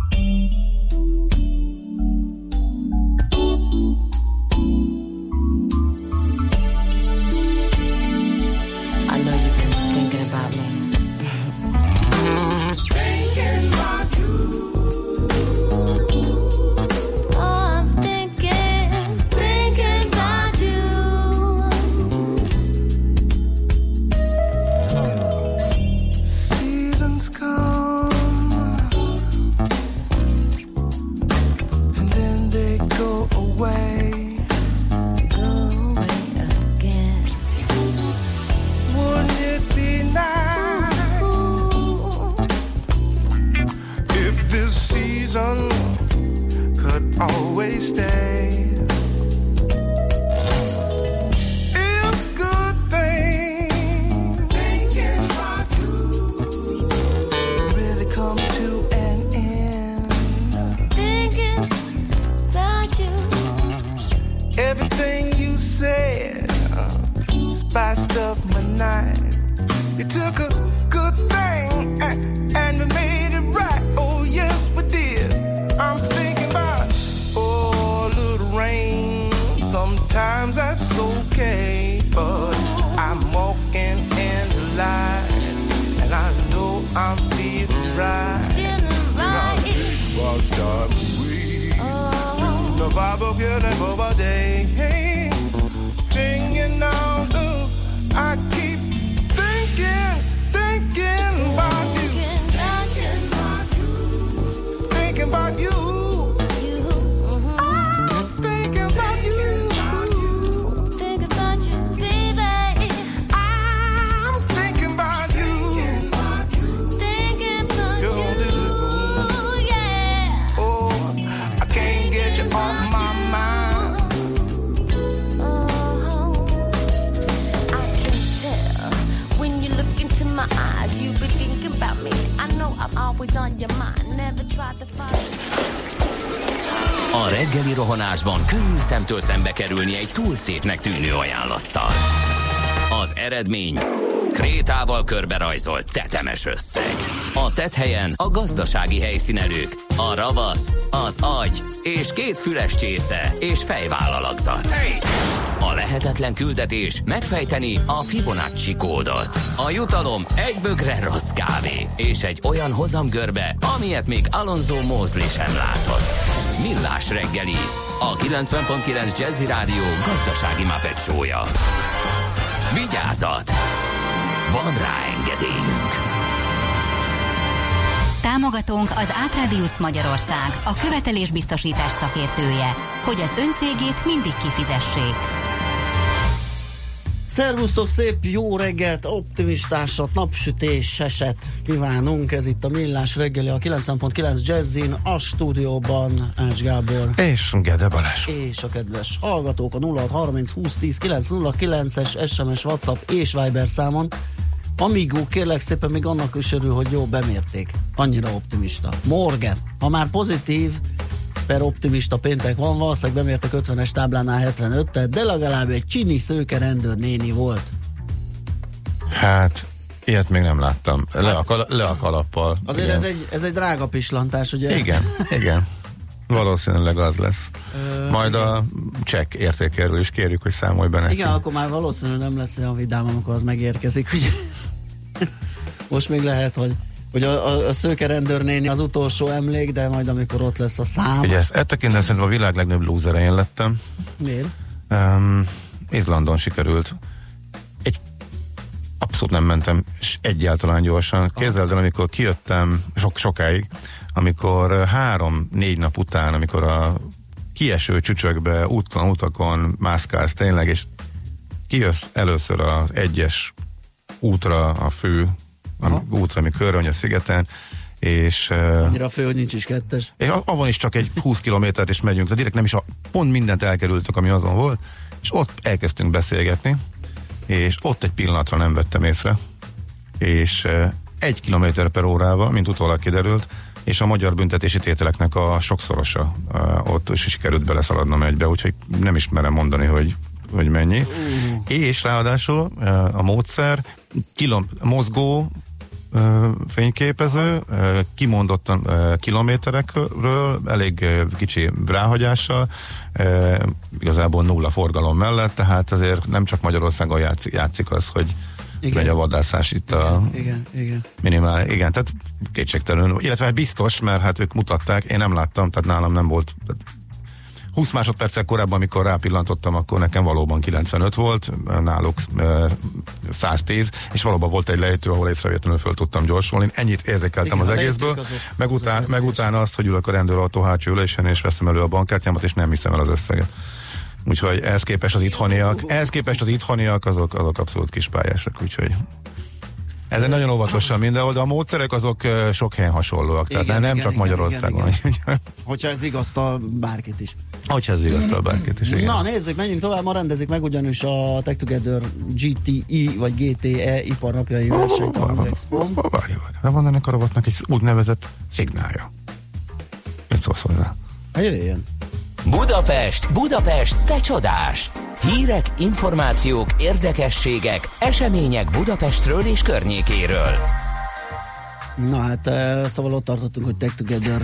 A reggeli rohanásban könnyű szemtől szembe kerülni egy túl szépnek tűnő ajánlattal. Az eredmény krétával körberajzolt tetemes összeg. A tetthelyen a gazdasági helyszínelők, a ravasz, az agy és két füles csésze és fejvállalakzat. A lehetetlen küldetés megfejteni a Fibonacci kódot. A jutalom egy bögre rossz kávé és egy olyan hozamgörbe, amilyet még Alonso Mosley sem látott. Millás reggeli, a kilencven pont kilenc Jazzy Rádió gazdasági Muppet show-ja. Vigyázat! Van rá engedélyünk! Támogatónk az Átradius Magyarország, a követelésbiztosítás szakértője, hogy az öncégét mindig kifizessék. Szervusztok, szép jó reggelt, optimistásat, napsütéseset kívánunk. Ez itt a Millás reggeli, a kilencven pont kilenc Jazzin, a stúdióban Ács Gábor. És Gede Balázs. És a kedves hallgatók a nulla hat harminc húsz tíz kilenc nulla kilences es em es, WhatsApp és Viber számon. Amígó, kérlek szépen, még annak is örül, hogy jó, bemérték. Annyira optimista. Morgan, ha már pozitív per optimista péntek van, valószínűleg bemértek ötvenes táblánál hetvenötöt, de legalább egy csini szőke rendőr néni volt. Hát, ilyet még nem láttam. Le, hát, a, kal- le a kalappal. Azért ez egy, ez egy drága pislantás, ugye? Igen, igen. Valószínűleg az lesz. Majd a csekk értékéről is kérjük, hogy számolj be neki. Igen, akkor már valószínűleg nem lesz olyan vidám, amikor az megérkezik, ugye? Most még lehet, hogy hogy a, a, a szőke rendőrnéni az utolsó emlék, de majd amikor ott lesz a szám. Ugye ezt tekintetben szerintem a világ legnagyobb lúzere én lettem. Miért? Um, Izlandon sikerült. Egy abszolút nem mentem egyáltalán gyorsan. Képzeld el, amikor kijöttem sok, sokáig, amikor három-négy nap után, amikor a kieső csücsökbe, úton, utakon mászkálsz tényleg, és kijössz először az egyes útra, a fő ami, útra, ami körül a szigeten, és... Annyira fő, hogy nincs is kettes. És avon is csak egy húsz kilométert is megyünk, de direkt nem is a, pont mindent elkerültük, ami azon volt, és ott elkezdtünk beszélgetni, és ott egy pillanatra nem vettem észre, és egy kilométer per órával, mint utólag kiderült, és a magyar büntetési tételeknek a sokszorosa, ott is sikerült beleszaladnom egybe, úgyhogy nem is merem mondani, hogy hogy mennyi. Uh. És ráadásul a módszer kilom, mozgó fényképező, kimondottan kilométerekről, elég kicsi ráhagyással, igazából nulla forgalom mellett, tehát azért nem csak Magyarországon játszik, játszik az, hogy igen. megy a vadászás itt igen, a igen, igen. minimál, igen, tehát kétségtelenül, illetve biztos, mert hát ők mutatták, én nem láttam, tehát nálam nem volt, húsz másodperccel korábban, amikor rápillantottam, akkor nekem valóban kilencvenöt volt, náluk száz tíz, és valóban volt egy lejtő, ahol észrevétlenül föl tudtam gyorsulni. Ennyit érzékeltem igen, az egészből. Azok, meg, után, meg utána azt, hogy ülök a rendőrautó hátsó ülésen, és veszem elő a bankkártyámat, és nem hiszem el az összeget. Úgyhogy ehhez képest az itthoniak, ehhez képest az itthoniak, azok, azok abszolút kispályások, úgyhogy ezen nagyon óvatosan mindenhol, de a módszerek azok sok helyen hasonlóak, igen, tehát nem igen, csak igen, Magyarországon. Igen, igen. Hogyha ez vigasztal bárkit is. Hogyha ez vigasztal bárkit is, igen. Na nézzük, menjünk tovább, ma rendezik meg ugyanis a Tech Together gé té i vagy gé té e iparnapjai versenyt a Hung Expon. Várj, várj, van ennek a robotnak egy úgynevezett szignálja. Mit szólsz hozzá? Hát jöjjön. Budapest, Budapest, te csodás! Hírek, információk, érdekességek, események Budapestről és környékéről. Na hát, szóval ott tartottunk, hogy Tech Together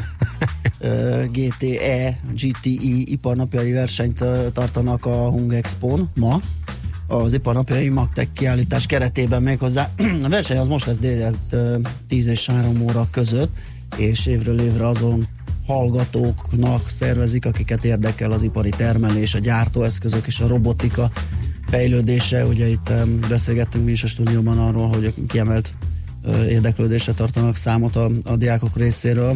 gé té e, gé té i iparnapjai versenyt tartanak a Hung Expon ma. Az iparnapjai Magtech kiállítás keretében méghozzá. A verseny az most lesz délelőtt tíz és három óra között, és évről évre azon hallgatóknak szervezik, akiket érdekel az ipari termelés, a gyártóeszközök és a robotika fejlődése. Ugye itt um, beszélgettünk mi is a stúdióban arról, hogy kiemelt uh, érdeklődésre tartanak számot a, a diákok részéről,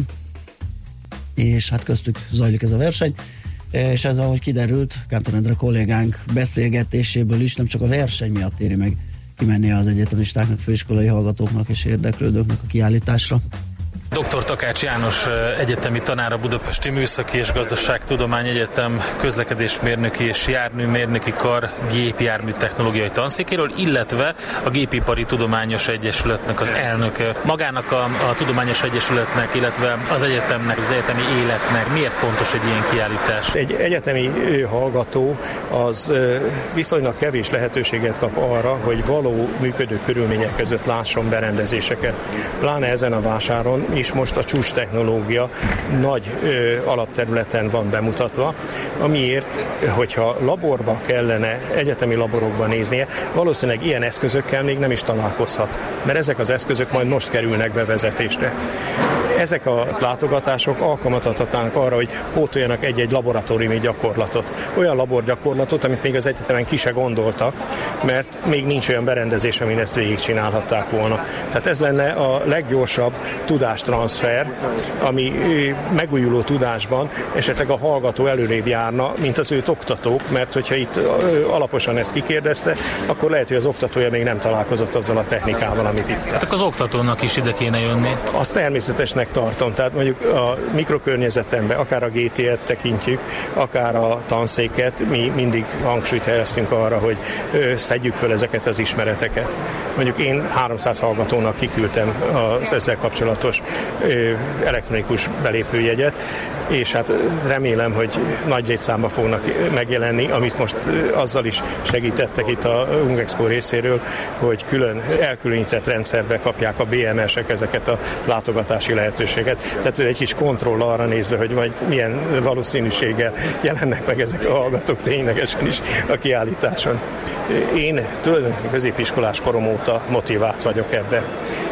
és hát köztük zajlik ez a verseny, és ez, ahogy kiderült, Kántor Endre kollégánk beszélgetéséből is, nem csak a verseny miatt éri meg kimenni az egyetemistáknak, főiskolai hallgatóknak és érdeklődőknek a kiállításra. doktor Takács János egyetemi tanár, a Budapesti Műszaki és Gazdaságtudomány Egyetem közlekedésmérnöki és járműmérnöki kar gépjármű technológiai tanszékéről, illetve a Gépipari Tudományos Egyesületnek az elnöke. Magának a, a Tudományos Egyesületnek, illetve az egyetemnek, az egyetemi életnek miért fontos egy ilyen kiállítás? Egy egyetemi hallgató az viszonylag kevés lehetőséget kap arra, hogy való működő körülmények között lásson berendezéseket. Pláne ezen a vásáron is most a csúcs technológia nagy ö, alapterületen van bemutatva, amiért, hogyha laborba kellene, egyetemi laborokban néznie, valószínűleg ilyen eszközökkel még nem is találkozhat, mert ezek az eszközök majd most kerülnek bevezetésre. Ezek a látogatások alkalmat adhatnának arra, hogy pótoljanak egy-egy laboratóriumi gyakorlatot. Olyan laborgyakorlatot, amit még az egyetemen ki se gondoltak, mert még nincs olyan berendezés, amin ezt végigcsinálhatták volna. Tehát ez lenne a leggyorsabb tudástranszfer, ami megújuló tudásban esetleg a hallgató előrébb járna, mint az őt oktatók, mert hogyha itt alaposan ezt kikérdezte, akkor lehet, hogy az oktatója még nem találkozott azzal a technikával, amit itt. Hát akkor az oktatónak is ide kéne jönni. Azt természetesnek tartom, tehát mondjuk a mikrokörnyezetemben, akár a gé té et tekintjük, akár a tanszéket, mi mindig hangsúlyt helyeztünk arra, hogy ö, szedjük föl ezeket az ismereteket. Mondjuk én háromszáz hallgatónak kiküldtem az ezzel kapcsolatos ö, elektronikus belépőjegyet, és hát remélem, hogy nagy létszámban fognak megjelenni, amit most azzal is segítettek itt a Hung Expo részéről, hogy külön elkülönített rendszerbe kapják a bé em esek ezeket a látogatási lehetőséget. Tehát egy kis kontroll arra nézve, hogy majd milyen valószínűséggel jelennek meg ezek a hallgatók ténylegesen is a kiállításon. Én tulajdonképpen középiskolás korom óta motivált vagyok ebbe.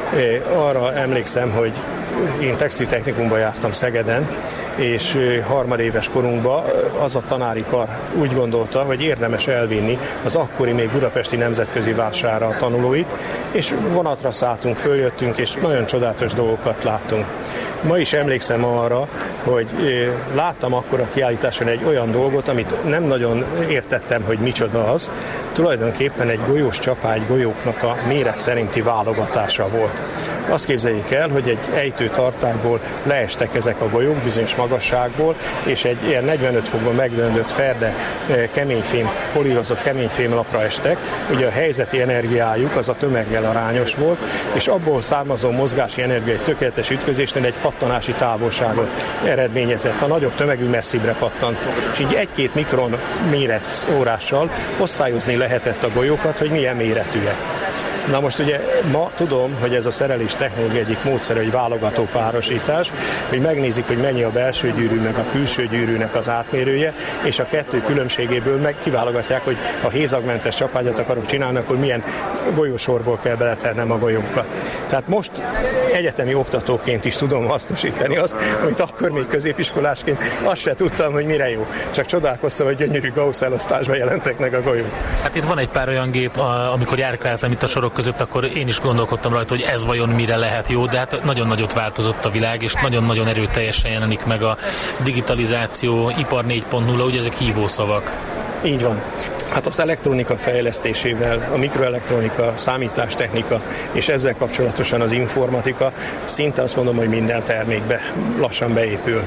Arra emlékszem, hogy én textiltechnikumban jártam Szegeden, és harmadéves korunkban az a tanári kar úgy gondolta, hogy érdemes elvinni az akkori még budapesti nemzetközi vására a tanulóit, és vonatra szálltunk, följöttünk, és nagyon csodálatos dolgokat láttunk. Ma is emlékszem arra, hogy láttam akkor a kiállításon egy olyan dolgot, amit nem nagyon értettem, hogy micsoda az. Tulajdonképpen egy golyós csapágy golyóknak a méret szerinti válogatása volt. Azt képzeljék el, hogy egy ejtőtartályból leestek ezek a golyók bizonyos magasságból, és egy ilyen negyvenöt fokban megdöntött ferde keményfém, polírozott keményfém lapra estek. Ugye a helyzeti energiájuk az a tömeggel arányos volt, és abból származó mozgási energia egy tökéletes ütközésnél egy pattanási távolságot eredményezett. A nagyobb tömegű messzibbre pattant. És így egy-két mikron méret órással osztályozni lehetett a golyókat, hogy milyen méretűek. Na most ugye ma tudom, hogy ez a szerelés technológia egyik módszere, hogy válogató párosítás, hogy megnézik, hogy mennyi a belső gyűrű meg a külső gyűrűnek az átmérője, és a kettő különbségéből meg kiválogatják, hogy ha hézagmentes csapágyat akarok csinálni, akkor milyen golyósorból kell beletennem a golyókat. Tehát most egyetemi oktatóként is tudom hasznosítani azt, amit akkor még középiskolásként azt se tudtam, hogy mire jó. Csak csodálkoztam, hogy gyönyörű Gauss elosztásban jelentek meg a golyók. Hát itt van egy pár olyan gép, amikor járkáltam itt a sorok között, akkor én is gondolkodtam rajta, hogy ez vajon mire lehet jó, de hát nagyon nagyot változott a világ, és nagyon-nagyon erőteljesen jelenik meg a digitalizáció, ipar négy pont nulla, ugye ezek hívószavak. Így van. Hát az elektronika fejlesztésével, a mikroelektronika, számítástechnika és ezzel kapcsolatosan az informatika szinte azt mondom, hogy minden termékbe lassan beépül.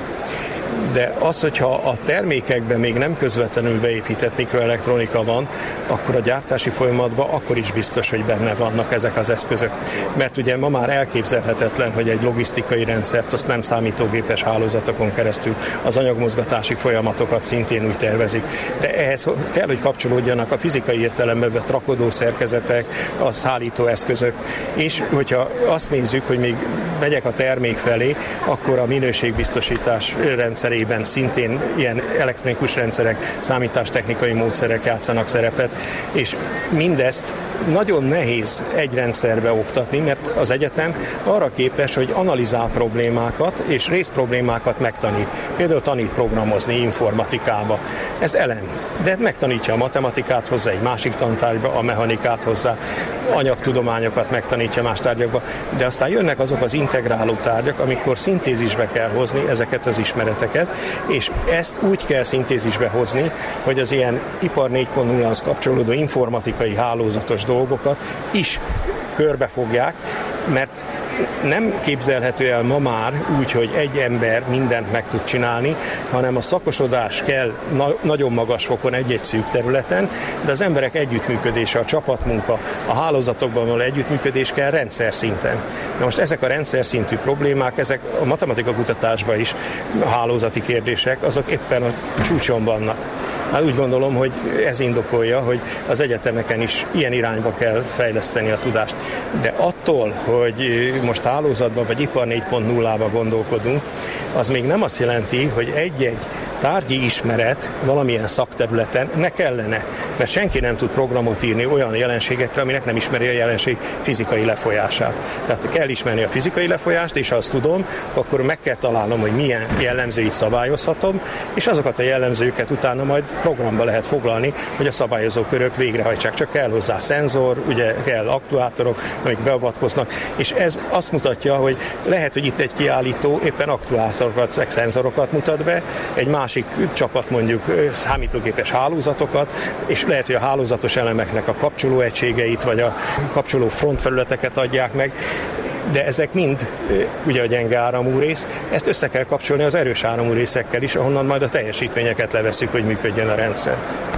De az, hogyha a termékekben még nem közvetlenül beépített mikroelektronika van, akkor a gyártási folyamatban akkor is biztos, hogy benne vannak ezek az eszközök. Mert ugye ma már elképzelhetetlen, hogy egy logisztikai rendszert, azt nem számítógépes hálózatokon keresztül, az anyagmozgatási folyamatokat szintén úgy tervezik. De ehhez kell, hogy kapcsolódjanak a fizikai értelemben vett rakodó szerkezetek, a szállító eszközök, és hogyha azt nézzük, hogy még megyek a termék felé, akkor a minőségbiztosítás rendszerében szintén ilyen elektronikus rendszerek, számítástechnikai módszerek játszanak szerepet, és mindezt nagyon nehéz egy rendszerbe oktatni, mert az egyetem arra képes, hogy analizál problémákat és részproblémákat megtanít. Például tanít programozni informatikába. Ez elem. De megtanítja a matematikát hozzá egy másik tantárgyba, a mechanikát hozzá, anyagtudományokat megtanítja más tárgyakba, de aztán jönnek azok az integráló tárgyak, amikor szintézisbe kell hozni ezeket az ismereteket, és ezt úgy kell szintézisbe hozni, hogy az ilyen ipar négy pont nullához kapcsolódó informatikai hálózatos dolgokat is körbefogják, mert nem képzelhető el ma már úgy, hogy egy ember mindent meg tud csinálni, hanem a szakosodás kell na- nagyon magas fokon egy-egy szűk területen, de az emberek együttműködése, a csapatmunka, a hálózatokban való együttműködés kell rendszer szinten. Na most ezek a rendszer szintű problémák, ezek a matematika kutatásban is hálózati kérdések, azok éppen a csúcson vannak. Hát úgy gondolom, hogy ez indokolja, hogy az egyetemeken is ilyen irányba kell fejleszteni a tudást. De attól, hogy most hálózatban vagy ipar négy pont nullába gondolkodunk, az még nem azt jelenti, hogy egy-egy tárgyi ismeret valamilyen szakterületen ne kellene, mert senki nem tud programot írni olyan jelenségekre, aminek nem ismeri a jelenség fizikai lefolyását. Tehát kell ismerni a fizikai lefolyást, és ha azt tudom, akkor meg kell találnom, hogy milyen jellemzőit szabályozhatom, és azokat a jellemzőket utána majd programba lehet foglalni, hogy a szabályozó körök végrehajtsák. Csak kell hozzá szenzor, ugye kell aktuátorok, amik beavatkoznak, és ez azt mutatja, hogy lehet, hogy itt egy kiállító éppen aktuátorokat, szenzorokat mutat be, egy másik csapat mondjuk számítógépes hálózatokat, és lehet, hogy a hálózatos elemeknek a kapcsolóegységeit, vagy a kapcsoló frontfelületeket adják meg, de ezek mind ugye a gyenge áramú rész, ezt össze kell kapcsolni az erős áramú részekkel is, ahonnan majd a teljesítményeket leveszünk, hogy működjön a rendszer.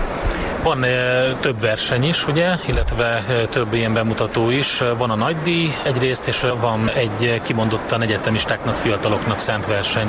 Van e, több verseny is, ugye, illetve e, több ilyen bemutató is. Van a nagydíj egyrészt, és van egy kimondottan egyetemistáknak, fiataloknak szánt verseny.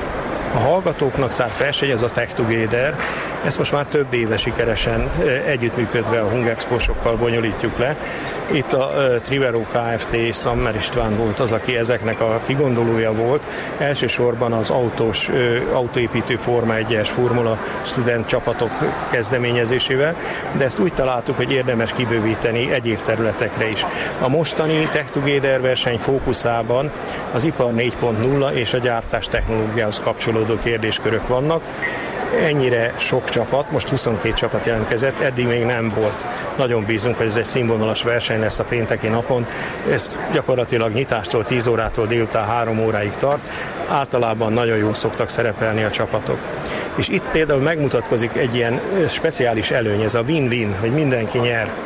A hallgatóknak szánt verseny, az a Tech Together, ezt most már több éve sikeresen együttműködve a Hungexpo-sokkal bonyolítjuk le. Itt a Trivero Kft. És Szammer István volt az, aki ezeknek a kigondolója volt. Elsősorban az autós, autóépítő Forma egyes Formula Student csapatok kezdeményezésével, de ezt úgy találtuk, hogy érdemes kibővíteni egyéb területekre is. A mostani Tech Together verseny fókuszában az ipar négy pont nulla és a gyártás technológiához kapcsolódó kérdéskörök vannak. Ennyire sok csapat, most huszonkét csapat jelentkezett, eddig még nem volt. Nagyon bízunk, hogy ez egy színvonalas verseny lesz a pénteki napon. Ez gyakorlatilag nyitástól tíz órától délután három óráig tart. Általában nagyon jól szoktak szerepelni a csapatok. És itt például megmutatkozik egy ilyen speciális előny, ez a win-win, hogy mindenki nyer.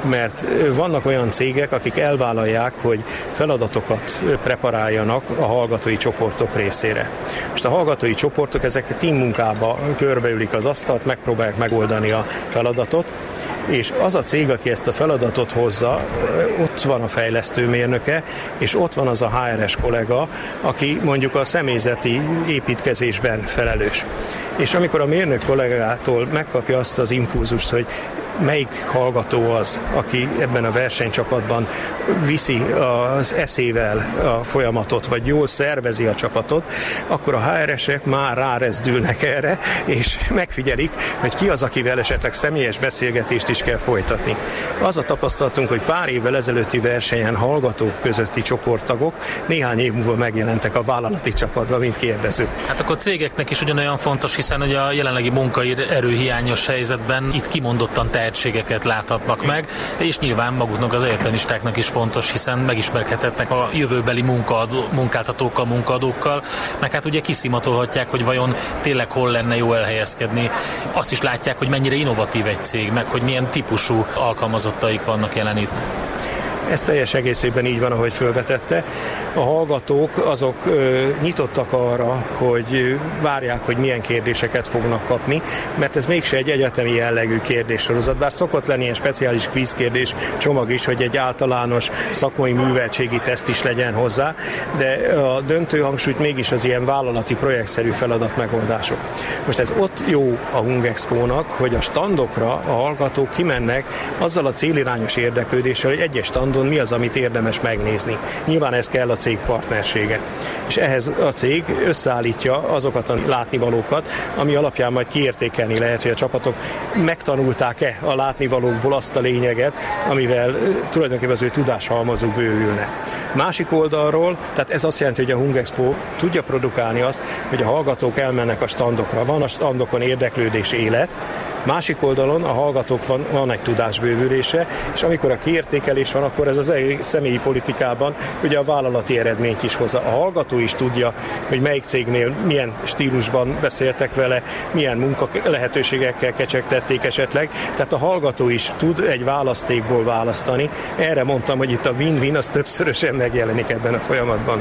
mert vannak olyan cégek, akik elvállalják, hogy feladatokat preparáljanak a hallgatói csoportok részére. Most a hallgatói csoportok ezek team munkába körbeülik az asztalt, megpróbálják megoldani a feladatot, és az a cég, aki ezt a feladatot hozza, ott van a fejlesztőmérnöke, és ott van az a há er es kollega, aki mondjuk a személyzeti építkezésben felelős. És amikor a mérnök kollégától megkapja azt az impulzust, hogy melyik hallgató az, aki ebben a versenycsapatban viszi az eszével a folyamatot, vagy jól szervezi a csapatot, akkor a há er esek már rárezdülnek erre, és megfigyelik, hogy ki az, akivel esetleg személyes beszélgetést is kell folytatni. Az a tapasztalatunk, hogy pár évvel ezelőtti versenyen hallgatók közötti csoporttagok néhány év múlva megjelentek a vállalati csapatban, mint kérdezők. Hát akkor cégeknek is ugyanolyan fontos, hiszen ugye a jelenlegi munkaerő hiányos helyzetben itt kimondottan tehetségeket láthatnak meg, és nyilván maguknak az egyetemistáknak is fontos, hiszen megismerkedhetnek a jövőbeli munkaadó, munkáltatókkal, munkaadókkal, meg hát ugye kiszimatolhatják, hogy vajon tényleg hol lenne jó elhelyezkedni. Azt is látják, hogy mennyire innovatív egy cég, meg hogy milyen típusú alkalmazottaik vannak jelen itt. Ez teljes egészében így van, ahogy felvetette. A hallgatók azok ö, nyitottak arra, hogy várják, hogy milyen kérdéseket fognak kapni, mert ez mégse egy egyetemi jellegű kérdéssorozat, bár szokott lenni ilyen speciális kvízkérdés csomag is, hogy egy általános szakmai műveltségi teszt is legyen hozzá, de a döntő hangsúlyt mégis az ilyen vállalati projektszerű feladat megoldások. Most ez ott jó a Hungexpo-nak, hogy a standokra a hallgatók kimennek azzal a célirányos érdeklődéssel, hogy egyes standok mi az, amit érdemes megnézni. Nyilván ez kell a cég partnersége. És ehhez a cég összeállítja azokat a látnivalókat, ami alapján majd kiértékelni lehet, hogy a csapatok megtanulták-e a látnivalókból azt a lényeget, amivel tulajdonképpen az ő tudáshalmazuk bővülne. Másik oldalról, tehát ez azt jelenti, hogy a Hungexpo tudja produkálni azt, hogy a hallgatók elmennek a standokra. Van a standokon érdeklődés, élet, másik oldalon a hallgatók van, van egy tudásbővülése, és amikor a kiértékelés van, akkor ez az személyi politikában ugye a vállalati eredményt is hozza. A hallgató is tudja, hogy melyik cégnél milyen stílusban beszéltek vele, milyen munka lehetőségekkel kecsegtették esetleg, tehát a hallgató is tud egy választékból választani. Erre mondtam, hogy itt a win-win az többszörösen megjelenik ebben a folyamatban.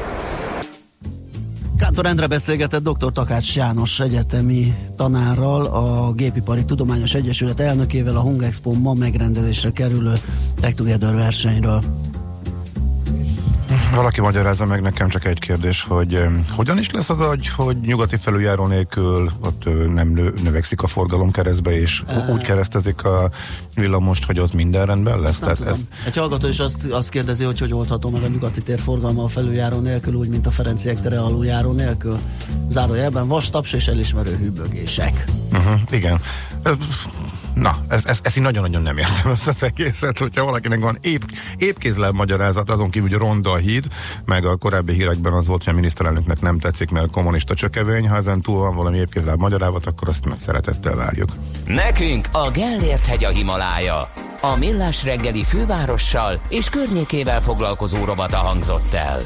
Kántor Endre beszélgetett dr. Takács János egyetemi tanárral, a Gépipari Tudományos Egyesület elnökével a Hungexpo ma megrendezésre kerülő Tech Together versenyről. Valaki magyarázza meg nekem, csak egy kérdés, hogy um, hogyan is lesz az, hogy, hogy nyugati felüljáró nélkül ott uh, nem nő, növekszik a forgalom keresztbe, és uh, úgy keresztezik a villamost, hogy ott minden rendben lesz? Tehát ez... Egy hallgató is azt, azt kérdezi, hogy hogy oldható meg a nyugati tér forgalma a felüljáró nélkül, úgy, mint a Ferenciek tere aluljáró nélkül. Zárójelben vastaps és elismerő hűbögések. Uh-huh, igen. Na, ezt, ezt, ezt én nagyon-nagyon nem értem ezt az egészet, hogyha valakinek van épp, épp kézláb magyarázat, azon kívül, hogy ronda a híd, meg a korábbi hírekben az volt, hogy a miniszterelnöknek nem tetszik, mert kommunista csökevény, ha ezen túl van valami épp kézláb magyarázat, akkor azt meg szeretettel várjuk. Nekünk a Gellért hegy a Himalája. A Millás reggeli fővárossal és környékével foglalkozó rovata hangzott el.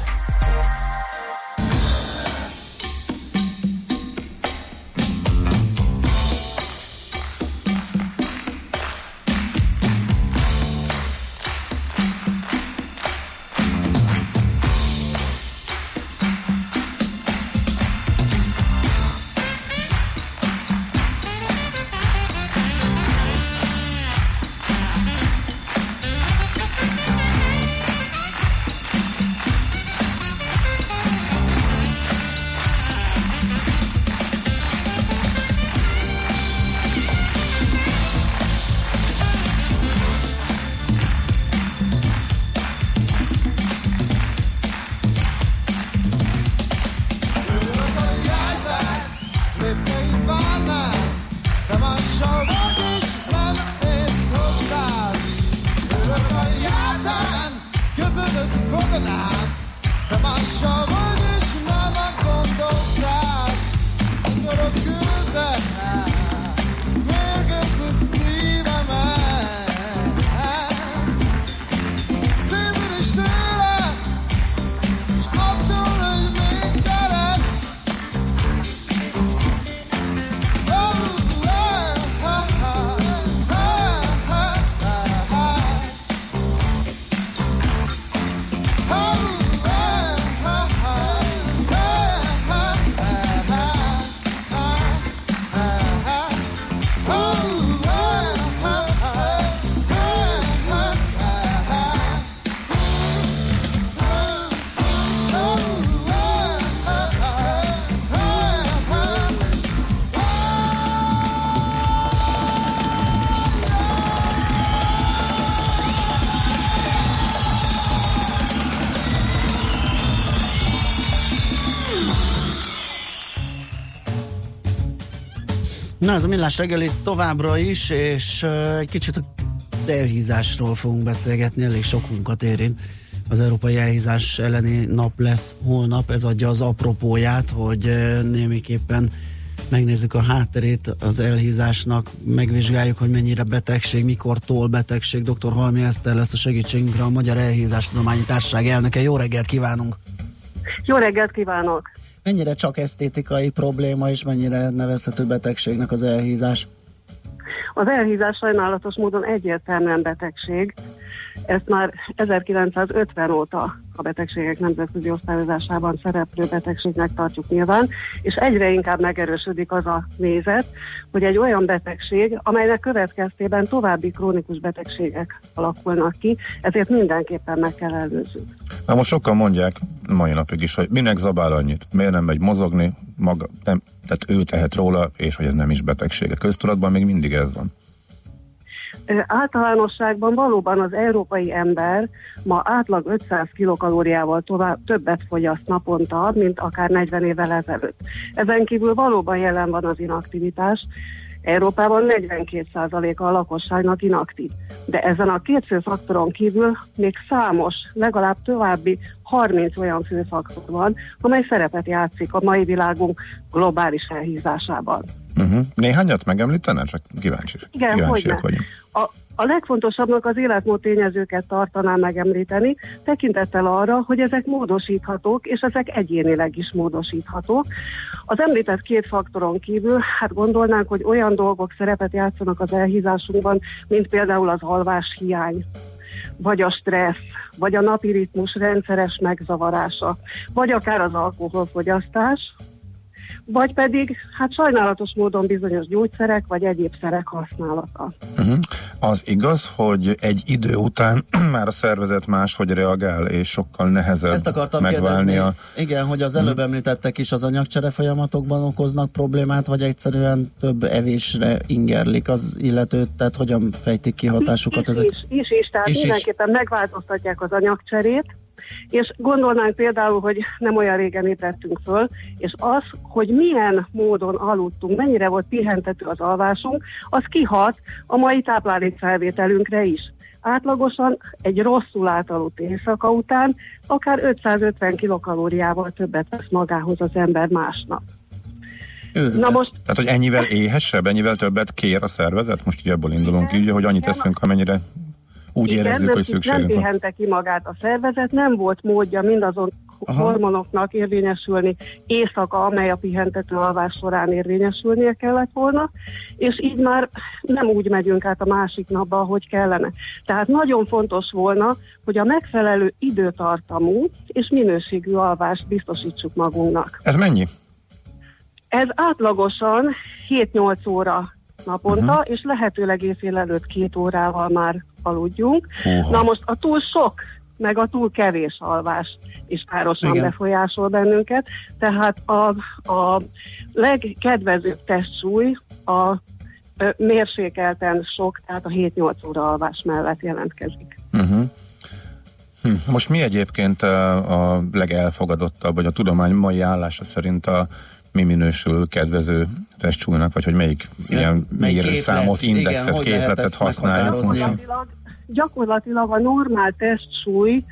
Na, ez a Millás reggeli továbbra is, és uh, egy kicsit az elhízásról fogunk beszélgetni, elég sokunkat érint. Az Európai Elhízás elleni nap lesz holnap, ez adja az apropóját, hogy uh, némiképpen megnézzük a hátterét az elhízásnak, megvizsgáljuk, hogy mennyire betegség, mikortól betegség. doktor Halmi Eszter lesz a segítségünkre, a Magyar Elhízástudományi Társaság elnöke. Jó reggelt kívánunk! Jó reggelt kívánok! Mennyire csak esztétikai probléma, és mennyire nevezhető betegségnek az elhízás? Az elhízás sajnálatos módon egyértelműen betegség. Ezt már ezerkilencszázötven óta a betegségek nemzetközi osztályozásában szereplő betegségnek tartjuk nyilván, és egyre inkább megerősödik az a nézet, hogy egy olyan betegség, amelynek következtében további krónikus betegségek alakulnak ki, ezért mindenképpen meg kell előzzük. Na most sokan mondják mai napig is, hogy minek zabál annyit, miért nem megy mozogni, maga, nem, tehát ő tehet róla, és hogy ez nem is betegség. A köztudatban még mindig ez van. Általánosságban valóban az európai ember ma átlag ötszáz kilokalóriával tovább, többet fogyaszt naponta, mint akár negyven évvel ezelőtt. Ezen kívül valóban jelen van az inaktivitás. Európában negyvenkét százaléka a lakosságnak inaktív. De ezen a két fő faktoron kívül még számos, legalább további harminc olyan fő faktor van, amely szerepet játszik a mai világunk globális elhízásában. Uh-huh. Néhányat megemlítene? Csak kíváncsi. Igen, kíváncsiak vagyunk. A, a legfontosabbnak az életmód tényezőket tartanám megemlíteni, tekintettel arra, hogy ezek módosíthatók, és ezek egyénileg is módosíthatók. Az említett két faktoron kívül, hát gondolnánk, hogy olyan dolgok szerepet játszanak az elhízásunkban, mint például az alváshiány, vagy a stressz, vagy a napi ritmus rendszeres megzavarása, vagy akár az alkoholfogyasztás, vagy pedig, hát sajnálatos módon bizonyos gyógyszerek, vagy egyéb szerek használata. Uh-huh. Az igaz, hogy egy idő után már a szervezet máshogy reagál, és sokkal nehezebb Ezt akartam megválni a... Igen, hogy az előbb említettek is az anyagcsere folyamatokban okoznak problémát, vagy egyszerűen több evésre ingerlik az illetőt, tehát hogyan fejtik ki hatásukat is, ezek? Is, is, is, tehát is, mindenképpen is. Megváltoztatják az anyagcserét, és gondolnánk például, hogy nem olyan régen ébredtünk föl, és az, hogy milyen módon aludtunk, mennyire volt pihentető az alvásunk, az kihat a mai táplálékfelvételünkre is. Átlagosan egy rosszul átaludt éjszaka után akár ötszázötven kilokalóriával többet vesz magához az ember másnap. Na most... Tehát, hogy ennyivel éhesebb, ennyivel többet kér a szervezet? Most így abból indulunk így, hogy annyit eszünk, amennyire úgy igen, érezzük, hogy szükségünk van. Nem pihente ki magát a szervezet, nem volt módja mindazon Aha. hormonoknak érvényesülni éjszaka, amely a pihentető alvás során érvényesülnie kellett volna, és így már nem úgy megyünk át a másik napba, ahogy kellene. Tehát nagyon fontos volna, hogy a megfelelő időtartamú és minőségű alvást biztosítsuk magunknak. Ez mennyi? Ez átlagosan hét-nyolc óra naponta, uh-huh. és lehetőleg éjfél előtt két órával már aludjunk. Uh-huh. Na most a túl sok, meg a túl kevés alvás is károsan Igen. befolyásol bennünket, tehát a, a legkedvezőbb testsúly a mérsékelten sok, tehát a hét-nyolc óra alvás mellett jelentkezik. Uh-huh. Hm. Most mi egyébként a, a legelfogadottabb, vagy a tudomány mai állása szerint a mi minősül kedvező testsúlynak, vagy hogy melyik ja, ilyen mérőszámot, indexet, igen, képletet használjuk most? Gyakorlatilag, gyakorlatilag a normál testsúly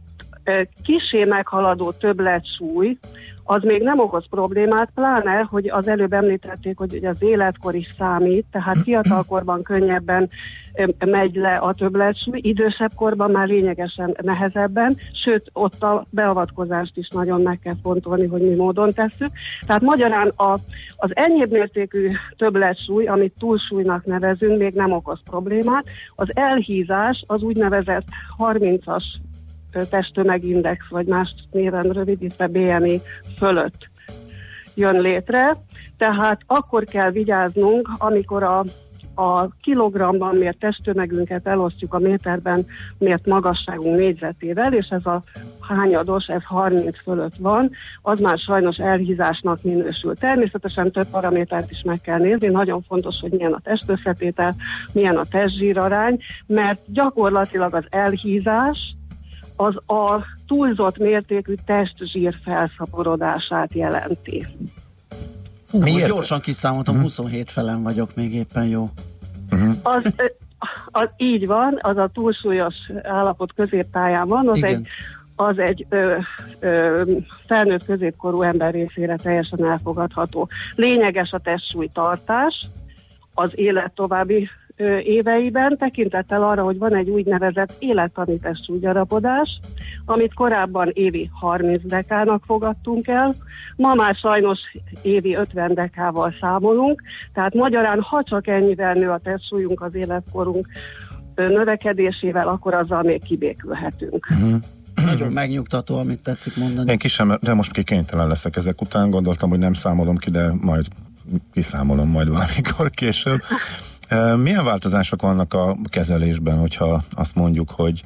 kissé meghaladó többletsúly, az még nem okoz problémát, pláne, hogy az előbb említették, hogy az életkor is számít, tehát fiatalkorban könnyebben megy le a többletsúly, idősebb korban már lényegesen nehezebben, sőt, ott a beavatkozást is nagyon meg kell fontolni, hogy mi módon tesszük. Tehát magyarán a, az enyhébb mértékű többletsúly, amit túlsúlynak nevezünk, még nem okoz problémát. Az elhízás az úgynevezett harmincas testtömegindex, vagy más néven rövidítve bé em i fölött jön létre. Tehát akkor kell vigyáznunk, amikor a, a kilogramban mért testtömegünket elosztjuk a méterben mért magasságunk négyzetével, és ez a hányados, ez harminc fölött van, az már sajnos elhízásnak minősül. Természetesen több paramétert is meg kell nézni, nagyon fontos, hogy milyen a testösszetétel, milyen a testzsírarány, mert gyakorlatilag az elhízás az a túlzott mértékű testzsír felszaporodását jelenti. Hú, most gyorsan kiszámoltam, uh-huh. huszonhét felen vagyok még éppen, jó. Uh-huh. Az, az így van, az a túlsúlyos állapot középtáján van, az Igen. egy, az egy ö, ö, felnőtt középkorú ember részére teljesen elfogadható. Lényeges a testsúlytartás az élet további ö, éveiben, tekintettel arra, hogy van egy úgynevezett élettani testsúlygyarapodás, amit korábban évi harminc dekának fogadtunk el, ma már sajnos évi ötven dekával számolunk, tehát magyarán, ha csak ennyivel nő a testsúlyunk az életkorunk növekedésével, akkor azzal még kibékülhetünk. Uh-huh. Nagyon megnyugtató, amit tetszik mondani. Én kisem, de most ki kénytelen leszek ezek után, gondoltam, hogy nem számolom ki, de majd kiszámolom majd valamikor később. Milyen változások vannak a kezelésben, hogyha azt mondjuk, hogy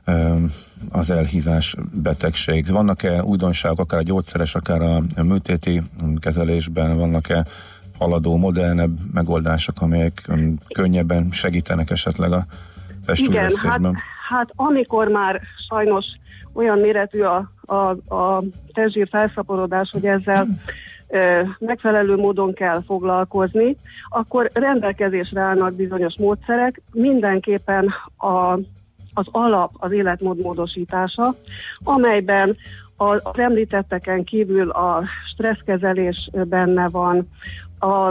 az elhízás betegség? Vannak-e újdonságok, akár a gyógyszeres, akár a műtéti kezelésben? Vannak-e haladó, modernebb megoldások, amelyek könnyebben segítenek esetleg a testújvesztésben? Igen, hát, hát amikor már sajnos olyan méretű a, a, a testzsír felszaporodás, hogy ezzel ö, megfelelő módon kell foglalkozni, akkor rendelkezésre állnak bizonyos módszerek, mindenképpen a az alap az életmód módosítása, amelyben az említetteken kívül a stresszkezelés benne van, a,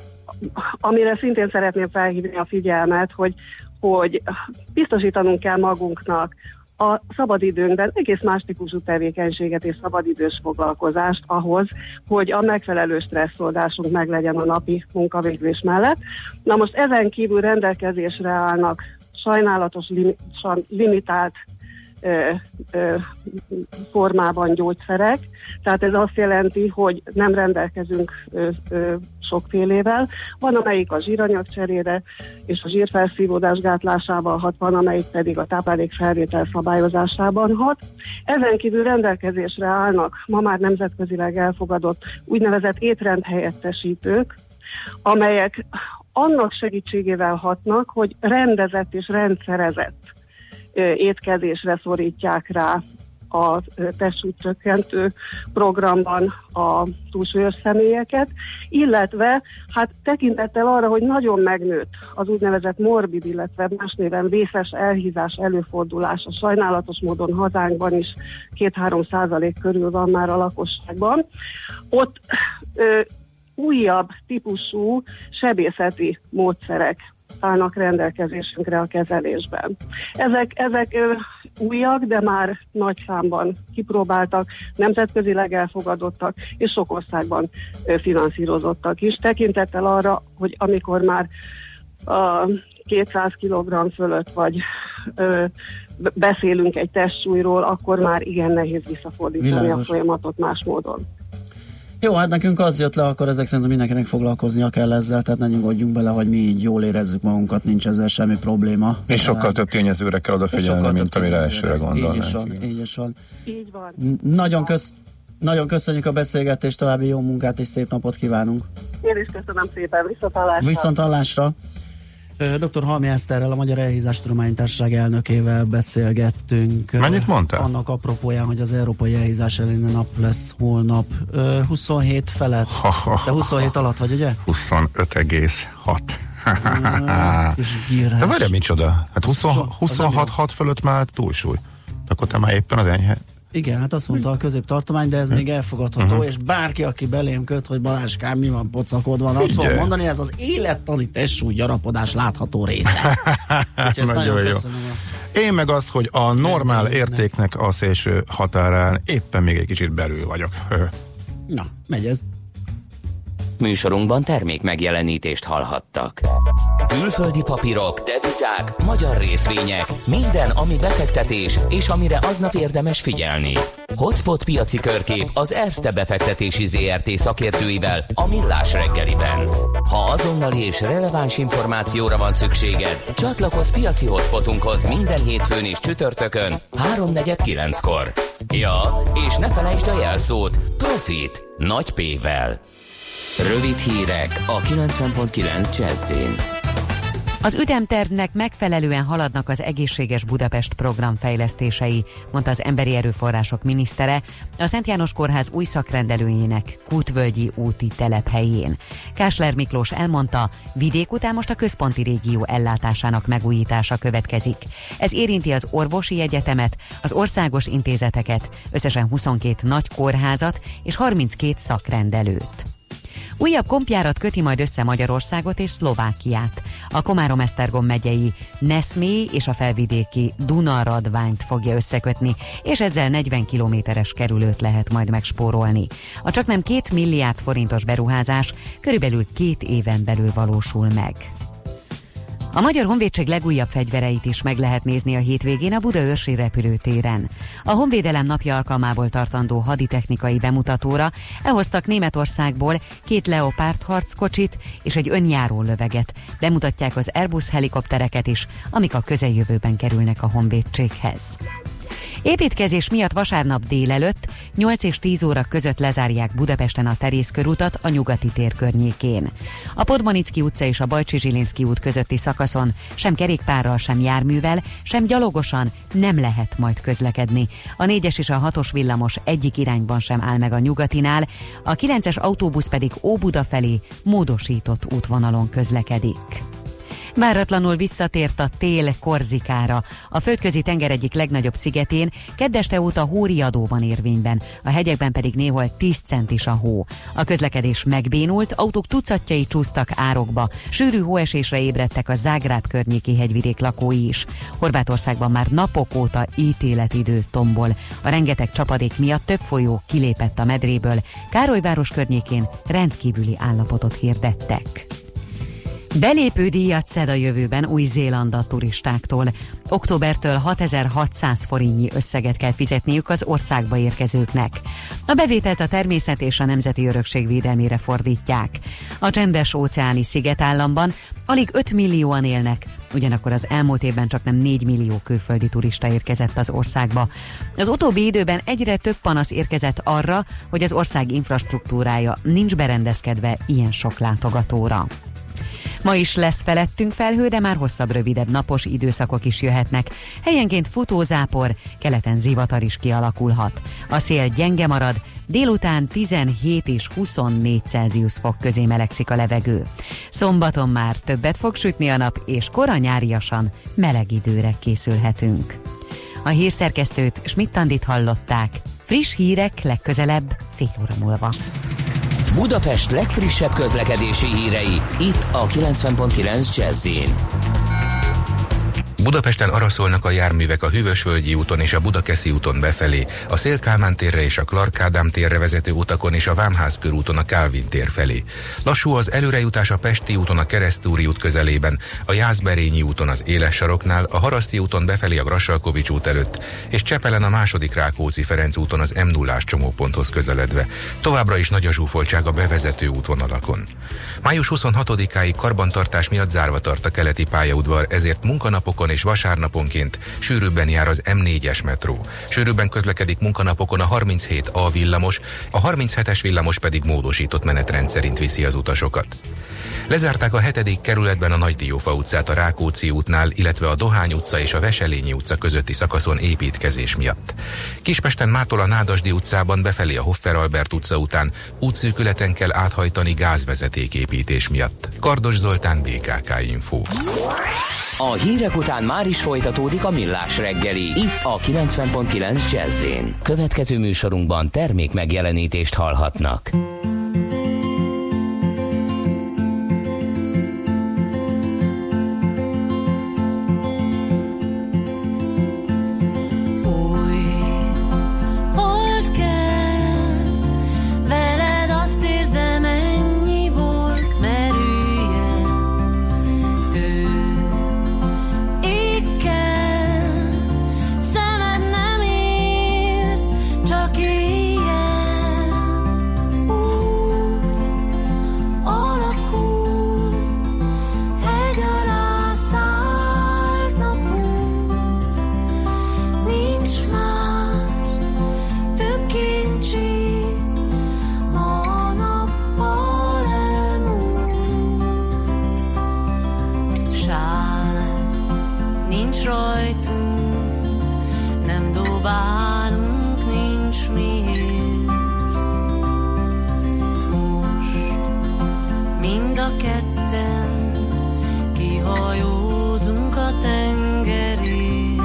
amire szintén szeretném felhívni a figyelmet, hogy, hogy biztosítanunk kell magunknak a szabadidőnkben egész más típusú tevékenységet és szabadidős foglalkozást ahhoz, hogy a megfelelő stresszoldásunk meglegyen a napi munkavégzés mellett. Na most ezen kívül rendelkezésre állnak sajnálatos, lim, limitált ö, ö, formában gyógyszerek, tehát ez azt jelenti, hogy nem rendelkezünk ö, ö, sokfélével. Van, amelyik a zsíranyagcserére és a zsírfelszívódás gátlásával hat, van, amelyik pedig a táplálékfelvétel szabályozásában hat. Ezen kívül rendelkezésre állnak ma már nemzetközileg elfogadott úgynevezett étrendhelyettesítők, amelyek annak segítségével hatnak, hogy rendezett és rendszerezett étkezésre szorítják rá a testsúlycsökkentő programban a túlsúlyos személyeket, illetve hát tekintettel arra, hogy nagyon megnőtt az úgynevezett morbid, illetve más néven vészes elhízás előfordulása, sajnálatos módon hazánkban is két-három százalék körül van már a lakosságban, ott ö, újabb típusú sebészeti módszerek állnak rendelkezésünkre a kezelésben. Ezek, ezek ö, újak, de már nagy számban kipróbáltak, nemzetközileg elfogadottak, és sok országban ö, finanszírozottak is. Tekintettel arra, hogy amikor már a kétszáz kilogramm fölött vagy ö, beszélünk egy testsúlyról, akkor már igen nehéz visszafordítani Világos. a folyamatot más módon. Jó, hát nekünk az jött le, akkor ezek szerint mindenkinek foglalkoznia kell ezzel, tehát ne nyugodjunk bele, hogy mi így jól érezzük magunkat, nincs ezzel semmi probléma. És sokkal tehát, több tényezőre kell odafigyelni, mint amire elsőre gondolnánk. Így is van, így is van. Így van. Nagyon, kösz, nagyon köszönjük a beszélgetést, további jó munkát és szép napot kívánunk. Én is köszönöm szépen, viszonthallásra. Viszonthallásra. doktor Halmi Eszterrel, a Magyar Elhízástudománytársaság elnökével beszélgettünk. Mennyit mondtál? Annak apropóján, hogy az Európai Elhízás elleni nap lesz holnap. huszonhét felett. Ha, ha, ha, de huszonhét alatt vagy, ugye? huszonöt egész hat. De várjál, micsoda? Hát huszonhat hat fölött már túlsúly. Akkor te már éppen az enyhe. Igen, hát azt mondta a középtartomány, de ez hm. még elfogadható, uh-huh. és bárki, aki belém köt, hogy Balázskám, mi van, pocakod van, azt fogom mondani, ez az élettani testsúly gyarapodás látható része. Nagyon, nagyon jó. Én meg az, hogy a normál értéknek a szélső határán éppen még egy kicsit belül vagyok. Na, megy ez. Műsorunkban termék megjelenítést hallhattak. Külföldi papírok, devizák, magyar részvények, minden, ami befektetés, és amire aznap érdemes figyelni. Hotspot piaci körkép az Erste befektetési zé er té szakértőivel a Millás reggeliben. Ha azonnali és releváns információra van szükséged, csatlakozz piaci hotspotunkhoz minden hétfőn és csütörtökön háromnegyed kilenckor. Ja, és ne felejtsd a jelszót Profit nagy P-vel. Rövid hírek a kilencven pont kilenc Jazzin. Az ütemtervnek megfelelően haladnak az Egészséges Budapest program fejlesztései, mondta az Emberi Erőforrások minisztere a Szent János Kórház új szakrendelőjének Kútvölgyi úti telephelyén. Kásler Miklós elmondta, vidék után most a központi régió ellátásának megújítása következik. Ez érinti az orvosi egyetemet, az országos intézeteket, összesen huszonkét nagy kórházat és harminckét szakrendelőt. Újabb kompjárat köti majd össze Magyarországot és Szlovákiát. A Komárom-Esztergom megyei Neszmé és a felvidéki Dunaradványt fogja összekötni, és ezzel negyven kilométeres kerülőt lehet majd megspórolni. A csaknem két milliárd forintos beruházás körülbelül két éven belül valósul meg. A Magyar Honvédség legújabb fegyvereit is meg lehet nézni a hétvégén a Budaörsi repülőtéren. A Honvédelem napja alkalmából tartandó haditechnikai bemutatóra elhoztak Németországból két Leopard harckocsit és egy önjáró löveget. Bemutatják az Airbus helikoptereket is, amik a közeljövőben kerülnek a honvédséghez. Építkezés miatt vasárnap délelőtt nyolc és tíz óra között lezárják Budapesten a Terész körutat a Nyugati tér környékén. A Podmanicki utca és a Bajcsy-Zsilinszky út közötti szakaszon sem kerékpárral, sem járművel, sem gyalogosan nem lehet majd közlekedni. A négyes és a hatos villamos egyik irányban sem áll meg a Nyugatinál, a kilences autóbusz pedig Óbuda felé módosított útvonalon közlekedik. Váratlanul visszatért a tél Korzikára. A földközi tenger egyik legnagyobb szigetén keddeste óta hóriadó van érvényben, a hegyekben pedig néhol tíz centis a hó. A közlekedés megbénult, autók tucatjai csúsztak árokba, sűrű hóesésre ébredtek a Zágráb környéki hegyvidék lakói is. Horvátországban már napok óta ítéletidő tombol. A rengeteg csapadék miatt több folyó kilépett a medréből, Károlyváros környékén rendkívüli állapotot hirdettek. Belépődíjat szed a jövőben Új-Zéland a turistáktól. Októbertől hatezer-hatszáz forintnyi összeget kell fizetniük az országba érkezőknek. A bevételt a természet és a nemzeti örökség védelmére fordítják. A csendes óceáni szigetállamban alig öt millióan élnek, ugyanakkor az elmúlt évben csaknem négy millió külföldi turista érkezett az országba. Az utóbbi időben egyre több panasz érkezett arra, hogy az ország infrastruktúrája nincs berendezkedve ilyen sok látogatóra. Ma is lesz felettünk felhő, de már hosszabb, rövidebb napos időszakok is jöhetnek. Helyenként futózápor, keleten zivatar is kialakulhat. A szél gyenge marad, délután tizenhét és huszonnégy Celsius fok közé melegszik a levegő. Szombaton már többet fog sütni a nap, és kora nyáriasan meleg időre készülhetünk. A hírszerkesztőt, Schmidt-Andit hallották. Friss hírek legközelebb fél óra múlva. Budapest legfrissebb közlekedési hírei, itt a kilencven pont kilenc Jazz-in. Budapesten arra szólnak a járművek a Hűvösvölgyi úton és a Budakeszi úton befelé, a Széll-Kálmán térre és a Clark Ádám térre vezető utakon és a Vámház körúton a Kálvin tér felé. Lassú az előrejutás a Pesti úton a Keresztúri út közelében, a Jászberényi úton az Éles saroknál, a Haraszti úton befelé a Grassalkovich út előtt, és Csepelen a második Rákóczi-Ferenc úton az em nullás csomóponthoz közeledve. Továbbra is nagy a zsúfoltság a bevezető útvonalakon. május huszonhatodikáig karbantartás miatt zárva tart a keleti pályaudvar, ezért munkanapokon és vasárnaponként sűrűbben jár az em négyes metró. Sűrűbben közlekedik munkanapokon a harminchét A villamos, a harminchetes villamos pedig módosított menetrend szerint viszi az utasokat. Lezárták a hetedik kerületben a Nagy-Diófa utcát a Rákóczi útnál, illetve a Dohány utca és a Veselényi utca közötti szakaszon építkezés miatt. Kispesten mától a Nádasdy utcában befelé a Hoffer Albert utca után útszűkületen kell áthajtani gázvezetéképítés miatt. Kardos Zoltán, bé ká ká Info. A hírek után már is folytatódik a Millás reggeli, itt a kilencven pont kilenc Jazz-in. Következő műsorunkban termék megjelenítést hallhatnak. Csak ilyen, ú, sár, nincs rajtunk, nem dobálunk, nincs miért. Most mind a ketten kihajózunk a tengerért.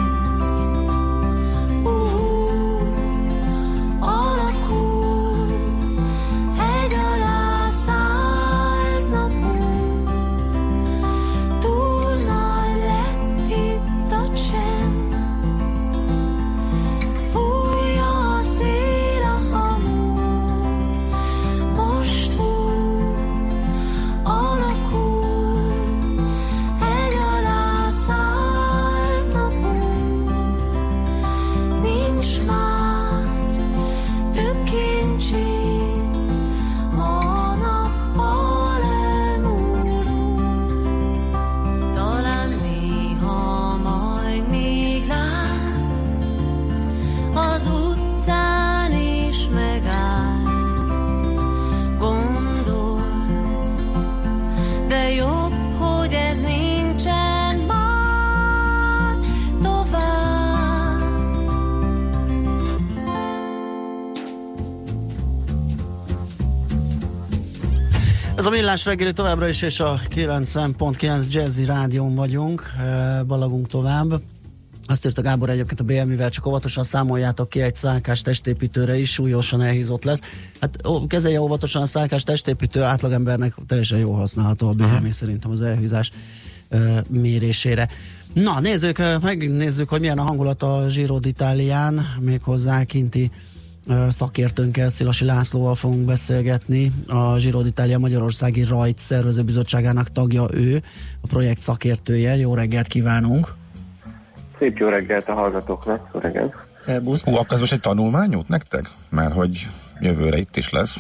A Millás reggeli továbbra is, és a kilenc pont kilenc Jazzy Rádión vagyunk, balagunk tovább. Azt írta Gábor egyébként a bé em vel, csak óvatosan számoljátok ki, egy szálkás testépítőre is súlyosan elhízott lesz. Hát ó, kezelje óvatosan a szálkás testépítő, átlagembernek teljesen jól használható a bé em szerintem az elhízás uh, mérésére. Na, nézzük, megnézzük, hogy milyen a hangulat a Giro d'Italián, méghozzá kinti szakértőnkkel, Szilasi Lászlóval fogunk beszélgetni. A Giro d'Italia Magyarországi Rajt Szervezőbizottságának tagja ő, a projekt szakértője. Jó reggelt kívánunk! Szép jó reggelt a hallgatóknak! Jó reggelt! Szerbusz! Hú, akkor ez most egy tanulmányút nektek? Mert hogy jövőre itt is lesz.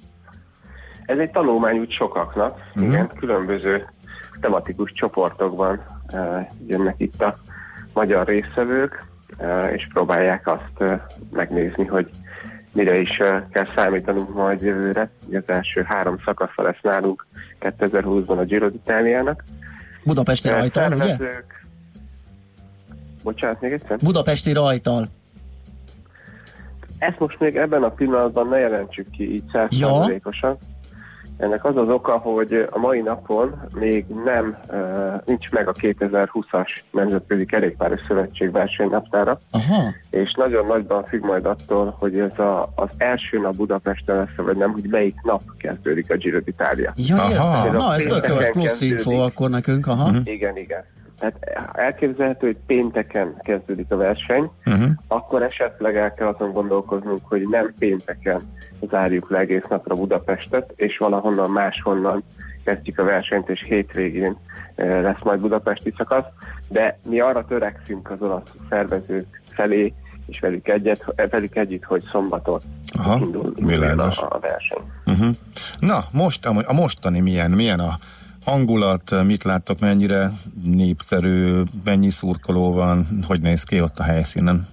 Ez egy tanulmányút sokaknak, uh-huh. igen, különböző tematikus csoportokban uh, jönnek itt a magyar résztvevők, uh, és próbálják azt uh, megnézni, hogy mire is uh, kell számítanunk majd jövőre. Az első három szakasza lesz nálunk kétezer-húszban a Giro d'Italiának. Budapesti uh, rajtal, szervezők... ugye? Bocsánat, még egyszer? Budapesti rajtal. Ezt most még ebben a pillanatban ne jelentsük ki így száz százalékosan. Ennek az az oka, hogy a mai napon még nem, uh, nincs meg a kétezer-húszas Nemzetközi Kerékpáros Szövetség versenynaptára, Aha. és nagyon nagyban függ majd attól, hogy ez a, az első nap Budapesten lesz, vagy nem, hogy melyik nap kezdődik a Giro d'Italia. Ja, értem. Na, ez tök jó, ez plusz info akkor nekünk. Aha. Uh-huh. Igen, igen. Tehát elképzelhető, hogy pénteken kezdődik a verseny, uh-huh. akkor esetleg el kell azon gondolkoznunk, hogy nem pénteken zárjuk le egész napra Budapestet, és valahonnan máshonnan kezdjük a versenyt, és hétvégén lesz majd budapesti szakasz, de mi arra törekszünk az olasz szervezők felé, és velük egyet, velük együtt, hogy szombaton indul, indul a, a verseny. Uh-huh. Na, most a, a mostani milyen, milyen a hangulat, mit láttok, mennyire népszerű, mennyi szurkoló van, hogy néz ki ott a helyszínen?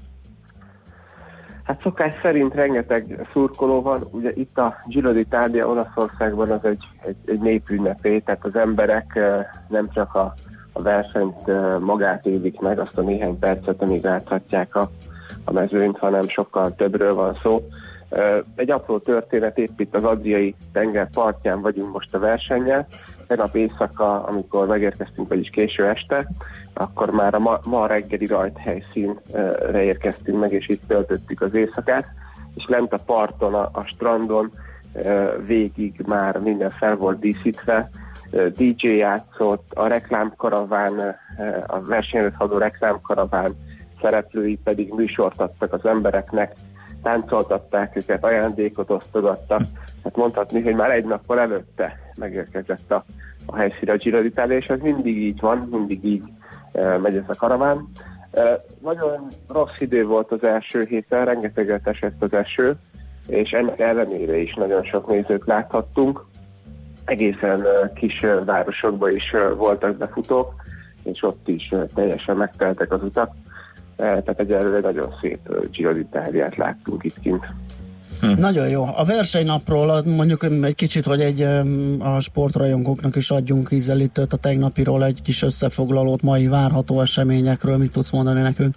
Hát szokás szerint rengeteg szurkoló van, ugye itt a Giro d'Italia Olaszországban az egy, egy, egy népünnepé, tehát az emberek nem csak a, a versenyt magát élik meg, azt a néhány percet, amíg láthatják a, a mezőnyt, hanem sokkal többről van szó. Egy apró történet, épp itt az Adriai tenger partján vagyunk most a versennyel. Tegnap éjszaka, amikor megérkeztünk, vagyis késő este, akkor már a ma, ma reggeli rajthelyszínre érkeztünk meg, és itt töltöttük az éjszakát, és lent a parton, a, a strandon végig már minden fel volt díszítve, dé dzsé játszott, a reklámkaraván, a versenyre hadó reklámkaraván szereplői pedig műsort adtak az embereknek, táncoltatták őket, ajándékot osztogattak. Hát mondhatni, hogy már egy nappal előtte megérkezett a, a helyszínre a Giro d'Italia, és ez mindig így van, mindig így e, megy ez a karaván. E, nagyon rossz idő volt az első héten, rengeteget esett az eső, és ennek ellenére is nagyon sok nézőt láthattunk. Egészen e, kis e, városokban is e, voltak befutók, és ott is e, teljesen megteltek az utak. Tehát egyelőre nagyon szép Giro d'Italiát láttunk itt kint. Hm. Nagyon jó. A versenynapról mondjuk egy kicsit, hogy egy a sportrajongóknak is adjunk ízelítőt a tegnapiról, egy kis összefoglalót, mai várható eseményekről, mit tudsz mondani nekünk?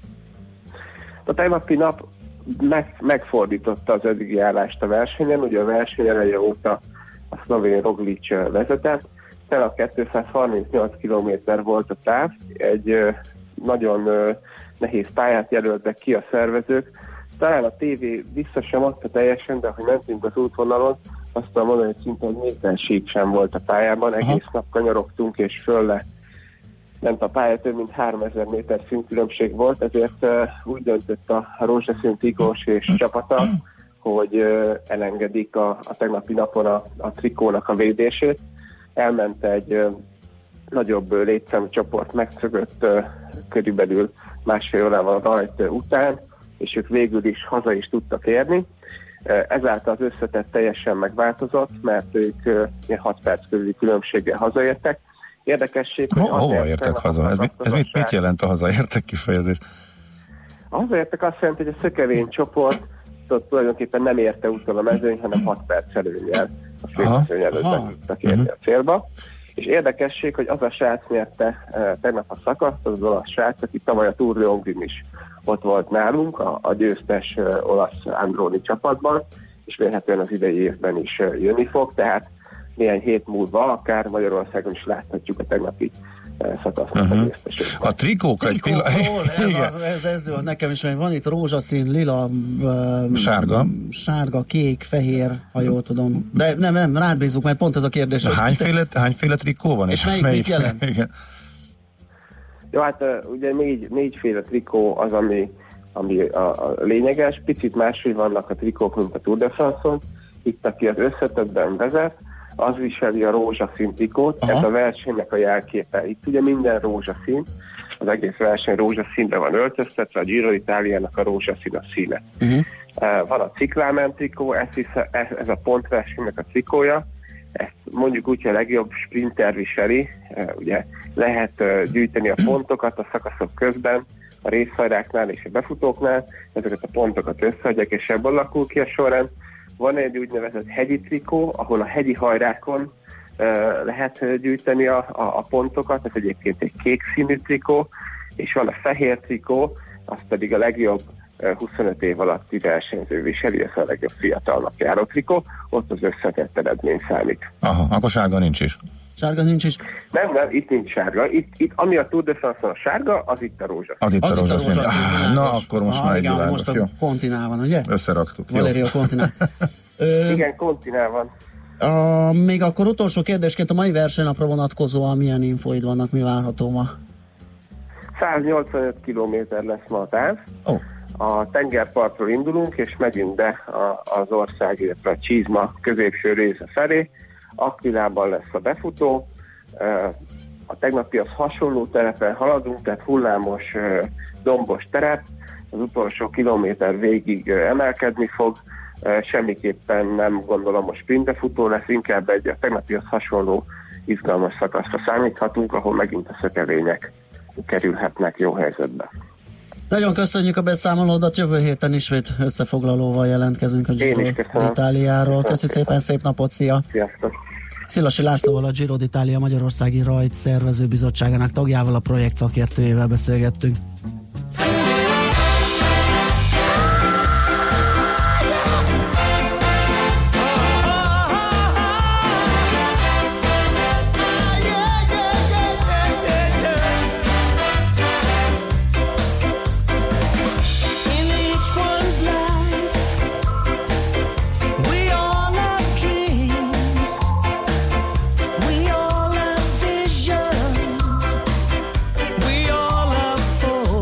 A tegnapi nap meg, megfordította az eddigi állást a versenyen, ugye a verseny eleje óta a szlovén Roglic vezetett, a kétszázharmincnyolc kilométer volt a táv, egy ö, nagyon ö, nehéz pályát jelöltek ki a szervezők. Talán a tévé vissza sem adta teljesen, de ahogy mentünk az útvonalon, azt tudom mondani, hogy szinte egy méterség sem volt a pályában, egész Aha. nap kanyarogtunk és föl le ment a pálya, több mint háromezer méter színkülönbség volt, ezért uh, úgy döntött a rózsaszín trikós és csapata, hogy uh, elengedik a, a tegnapi napon a, a trikónak a védését. Elment egy uh, nagyobb uh, létszámú csoport, megszögött uh, körülbelül másfél órával a rajt uh, után, és ők végül is haza is tudtak érni. Uh, ezáltal az összetett teljesen megváltozott, mert ők uh, hat perc közüli különbséggel hazaértek. Érdekesség, hogy... Ho, hova értek haza? Ez, mit, ez mit, mit jelent a hazaértek kifejezés? A hazaértek azt jelenti, hogy a szökevény csoport tulajdonképpen nem érte utol a mezőny, hanem hat perc előnyel a főmezőny előtt tudtak érni uh-huh. a célba. És érdekesség, hogy az a srác nyerte eh, tegnap a szakaszt, az az olasz srác, aki tavaly a Tour de Hongrin is ott volt nálunk, a, a győztes eh, olasz Androni csapatban, és vélhetően az idei évben is eh, jönni fog, tehát néhány hét múlva, akár Magyarországon is láthatjuk a tegnapi uh, szakasznak uh-huh. a győztesét. A trikók egy pillanat. Ez, az, ez, ez jó, nekem is van itt rózsaszín, lila, uh, sárga. sárga, kék, fehér, ha jól tudom. De nem, nem, rád bízunk, mert pont ez a kérdés. De hányféle, te... hányféle trikó van? És melyik, melyik mit jelent? Igen. Jó, hát uh, ugye négy, négyféle trikó az, ami, ami a, a lényeges. Picit máshogy vannak a trikók, mint a Tour de France-on. Itt, aki az összetettben vezet, az viseli a rózsaszín trikót, Aha. ez a versenynek a jelképe. Itt ugye minden rózsaszín, az egész verseny rózsaszínre van öltöztetve, a Giro d'Italiának a rózsaszín a színe. Uh-huh. Uh, van a Cyclamen trikó, ez, ez, ez a pontversenynek a trikója, ezt mondjuk úgy, hogy a legjobb sprinter viseli, uh, ugye lehet uh, gyűjteni a pontokat a szakaszok közben, a részhajráknál és a befutóknál, ezeket a pontokat összeadják, és ebből alakul ki a sorrend. Van egy úgynevezett hegyi trikó, ahol a hegyi hajrákon uh, lehet gyűjteni a, a, a pontokat, ez egyébként egy kék színű trikó, és van a fehér trikó, az pedig a legjobb uh, huszonöt év alatti versenyző viseli, ez a legjobb fiatalnak járó trikó, ott az összetett eredmény számít. Aha, akkor sárga nincs is. Sárga nincs is? Nem, nem, itt nincs sárga. Itt, itt ami a Tour de France-on a sárga, az itt a rózsaszín. Az itt a rózsaszín. Ah, na, akkor most ah, már igen, egy világos, most a Continál van, ugye? Összeraktuk. Valerio Continál. Ö, igen, Continál van. A, még akkor utolsó kérdésként a mai versenynapra vonatkozóan milyen infóid vannak, mi várható ma? száznyolcvanöt kilométer lesz ma a táv. Oh. A tengerpartról indulunk, és megyünk be a, az ország, illetve a Csizma középső része felé. Akvilában lesz a befutó, a tegnapihoz hasonló terepen haladunk, tehát hullámos, dombos terep, az utolsó kilométer végig emelkedni fog, semmiképpen nem gondolom, hogy sprintbefutó lesz, inkább egy a tegnapihoz hasonló izgalmas szakaszra számíthatunk, ahol megint a szökevények kerülhetnek jó helyzetbe. Nagyon köszönjük a beszámolódat, jövő héten ismét összefoglalóval jelentkezünk a Giro d'Italiáról. Köszi szépen, szép napot, szia! Sziasztok! Szilasi Lászlóval, a Giro d'Italia Magyarországi Rajt szervezőbizottságának tagjával, a projekt szakértőjével beszélgettünk. We all have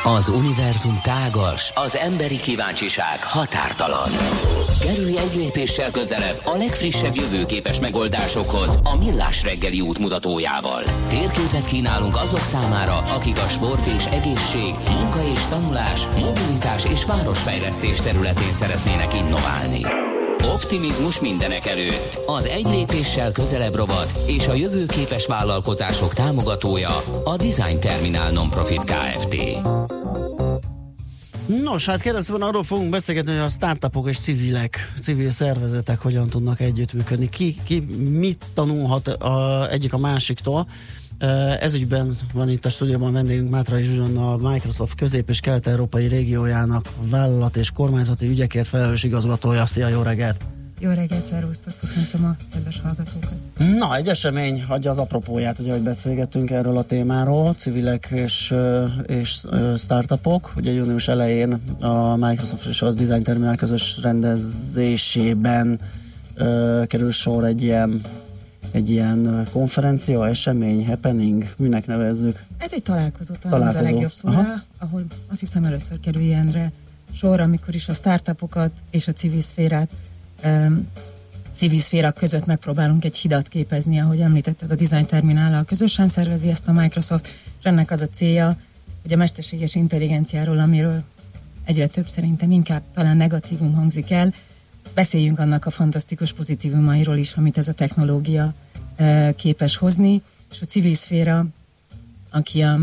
Az univerzum tágas, az emberi kíváncsiság határtalan. Kerülj egy lépéssel közelebb a legfrissebb jövőképes megoldásokhoz a Millás reggeli útmutatójával. Térképet kínálunk azok számára, akik a sport és egészség, munka és tanulás, mobilitás és városfejlesztés területén szeretnének innoválni. Optimizmus mindenek előtt. Az egy lépéssel közelebb rovat és a jövőképes vállalkozások támogatója a Design Terminál Non-Profit Kft. Nos, hát kérem szépen arról fogunk beszélgetni, hogy a startupok és civilek, civil szervezetek hogyan tudnak együttműködni. Ki, ki mit tanulhat a, egyik a másiktól. Ezügyben van itt a stúdióban vendégünk Mátrai Zsuzsanna, a Microsoft közép- és kelet-európai régiójának vállalat és kormányzati ügyekért felelős igazgatója. Szia, jó reggelt! Jó reggelt, szervusztok, köszöntöm a kedves hallgatókat. Na, egy esemény hagyja az apropóját, ugye, hogy beszélgettünk erről a témáról, civilek és, és startupok. Ugye június elején a Microsoft és a Design Terminál közös rendezésében uh, kerül sor egy ilyen egy ilyen konferencia, esemény, happening, minek nevezzük? Ez egy találkozó, talán az a legjobb szóra, ahol azt hiszem először kerül ilyenre sor, amikor is a startupokat és a civil szférát um, civil szféra között megpróbálunk egy hidat képezni, ahogy említetted, a Design Terminállal közösen szervezi ezt a Microsoft, és ennek az a célja, hogy a mesterséges intelligenciáról, amiről egyre több szerintem inkább talán negatívum hangzik el, beszéljünk annak a fantasztikus pozitívumairól is, amit ez a technológia e, képes hozni, és a civil szféra, aki a,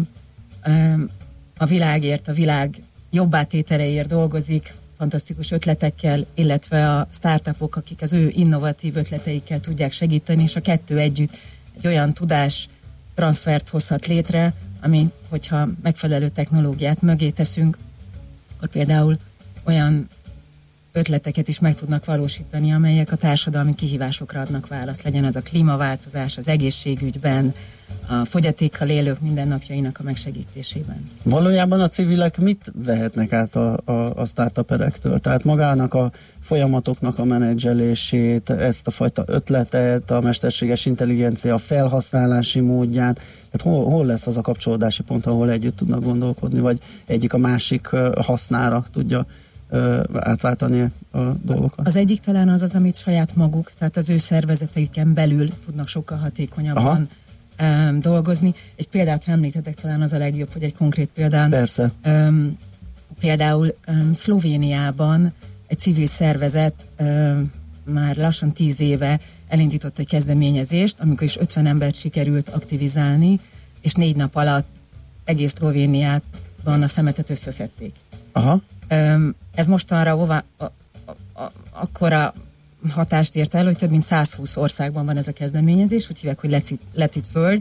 e, a világért, a világ jobbátételeiért dolgozik, fantasztikus ötletekkel, illetve a startupok, akik az ő innovatív ötleteikkel tudják segíteni, és a kettő együtt egy olyan tudás transfert hozhat létre, ami, hogyha megfelelő technológiát mögé teszünk, akkor például olyan ötleteket is meg tudnak valósítani, amelyek a társadalmi kihívásokra adnak választ. Legyen az a klímaváltozás, az egészségügyben, a fogyatékkal élők mindennapjainak a megsegítésében. Valójában a civilek mit vehetnek át a, a, a startuperektől? Tehát magának a folyamatoknak a menedzselését, ezt a fajta ötletet, a mesterséges intelligencia felhasználási módját, tehát hol, hol lesz az a kapcsolódási pont, ahol együtt tudnak gondolkodni, vagy egyik a másik hasznára tudja átváltani a dolgokat? Az egyik talán az az, amit saját maguk, tehát az ő szervezeteiken belül tudnak sokkal hatékonyabban um, dolgozni. Egy példát, ha említhetek, talán az a legjobb, hogy egy konkrét példán. Persze. Um, például um, Szlovéniában egy civil szervezet um, már lassan tíz éve elindított egy kezdeményezést, amikor is ötven embert sikerült aktivizálni, és négy nap alatt egész Szlovéniában a szemetet összeszedték. Aha. Um, ez mostanra ova, a, a, a, akkora hatást ért el, hogy több mint százhúsz országban van ez a kezdeményezés, úgy hívják, hogy Let's It, Let It World.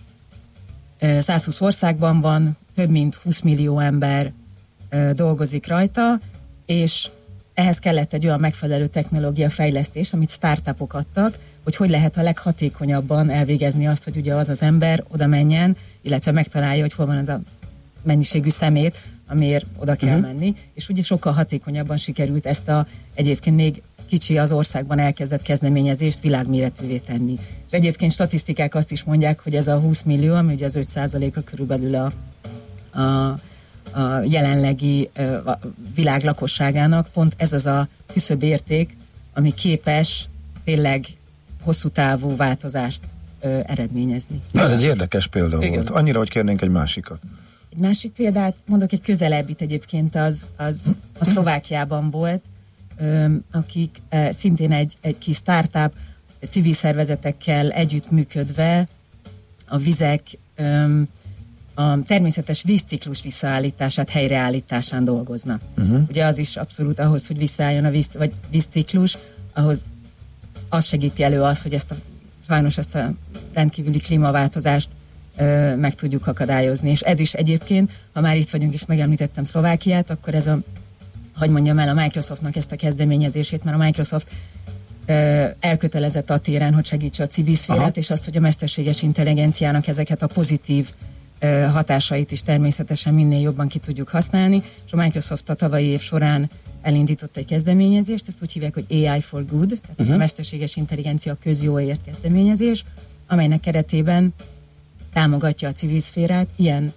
Uh, százhúsz országban van, több mint húsz millió ember uh, dolgozik rajta, és ehhez kellett egy olyan megfelelő technológia fejlesztés, amit startupok adtak, hogy hogy lehet a leghatékonyabban elvégezni azt, hogy ugye az az ember oda menjen, illetve megtalálja, hogy hol van az a mennyiségű szemét, amiért oda kell uh-huh. menni, és ugye sokkal hatékonyabban sikerült ezt a egyébként még kicsi az országban elkezdett kezdeményezést világméretűvé tenni. És egyébként statisztikák azt is mondják, hogy ez a húsz millió, ami ugye az öt százaléka körülbelül a, a, a jelenlegi a világ lakosságának, pont ez az a küszöbb érték, ami képes tényleg hosszú távú változást ö, eredményezni. Ez egy érdekes példa Igen. volt. Annyira, hogy kérnénk egy másikat. Egy másik példát, mondok egy közelebbit egyébként, az, az a Szlovákiában volt, öm, akik e, szintén egy, egy kis startup, civil szervezetekkel együttműködve a vizek, öm, a természetes vízciklus visszaállítását, helyreállításán dolgoznak. Uh-huh. Ugye az is abszolút ahhoz, hogy visszaálljon a víz, vagy vízciklus, ahhoz az segíti elő az, hogy ezt a, sajnos ezt a rendkívüli klímaváltozást ö, meg tudjuk akadályozni. És ez is egyébként, ha már itt vagyunk és megemlítettem Szlovákiát, akkor ez a, hogy mondjam el, a Microsoftnak ezt a kezdeményezését, mert a Microsoft ö, elkötelezett a téren, hogy segítse a civil szférát, és azt, hogy a mesterséges intelligenciának ezeket a pozitív ö, hatásait is természetesen minél jobban ki tudjuk használni, és a Microsoft a tavalyi év során elindított egy kezdeményezést, ezt úgy hívják, hogy á i for Good, tehát uh-huh. ez a mesterséges intelligencia közjóért kezdeményezés, amelynek keretében támogatja a civil szférát ilyen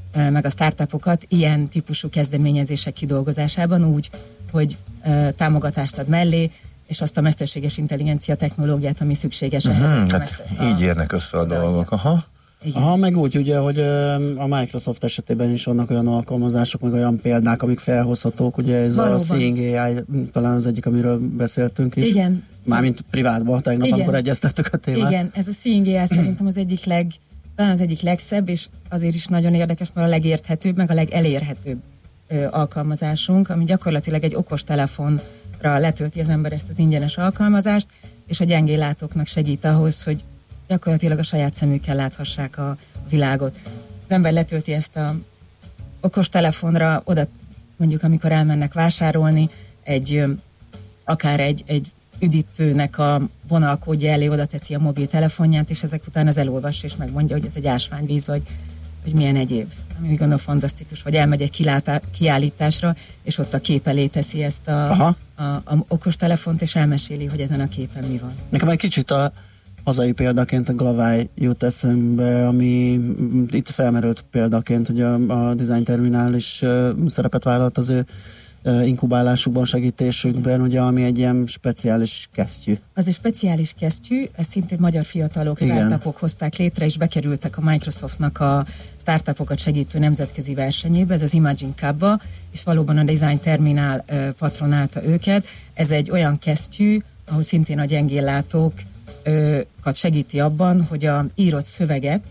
meg a startupokat ilyen típusú kezdeményezések kidolgozásában úgy, hogy támogatást ad mellé, és azt a mesterséges intelligencia technológiát, ami szükséges ehhez. Uh-huh, ezt a hát mester, így érnek össze a dolgok. Aha. Igen. Aha, meg úgy ugye, hogy a Microsoft esetében is vannak olyan alkalmazások, meg olyan példák, amik felhozhatók, ugye ez valóban. A Seeing á i talán az egyik, amiről beszéltünk is. Igen. Mármint privátban, tegnap, Igen. amikor egyeztettük a témát. Igen, ez a Seeing á i szerintem az egyik leg, talán az egyik legszebb, és azért is nagyon érdekes, mert a legérthetőbb, meg a legelérhetőbb ö, alkalmazásunk, ami gyakorlatilag egy okos telefonra letölti az ember ezt az ingyenes alkalmazást, és a gyengéllátóknak segít ahhoz, hogy gyakorlatilag a saját szemükkel láthassák a világot. Az ember letölti ezt a okos telefonra, oda mondjuk, amikor elmennek vásárolni, egy, akár egy, egy üdítőnek a vonalkódja elé oda teszi a mobiltelefonját, és ezek után az elolvas, és megmondja, hogy ez egy ásványvíz, vagy, vagy milyen egyéb. Ami úgy gondolom fantasztikus, vagy elmegy egy kilátá, kiállításra, és ott a kép elé teszi ezt a, a, a, a okos telefont, és elmeséli, hogy ezen a képen mi van. Nekem egy kicsit a hazai példaként a Glavály jut eszembe, ami itt felmerült példaként, hogy a, a Design Terminál is uh, szerepet vállalt az ő uh, inkubálásukban, segítésükben, ugye, ami egy ilyen speciális kesztyű. Az egy speciális kesztyű, ezt szintén magyar fiatalok, startupok hozták létre, és bekerültek a Microsoftnak a startupokat segítő nemzetközi versenyébe, ez az Imagine Cup-ba, és valóban a Design Terminál uh, patronálta őket. Ez egy olyan kesztyű, ahol szintén a gyengéllátók segíti abban, hogy a írott szöveget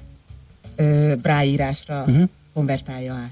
bráírásra uh-huh. konvertálja át.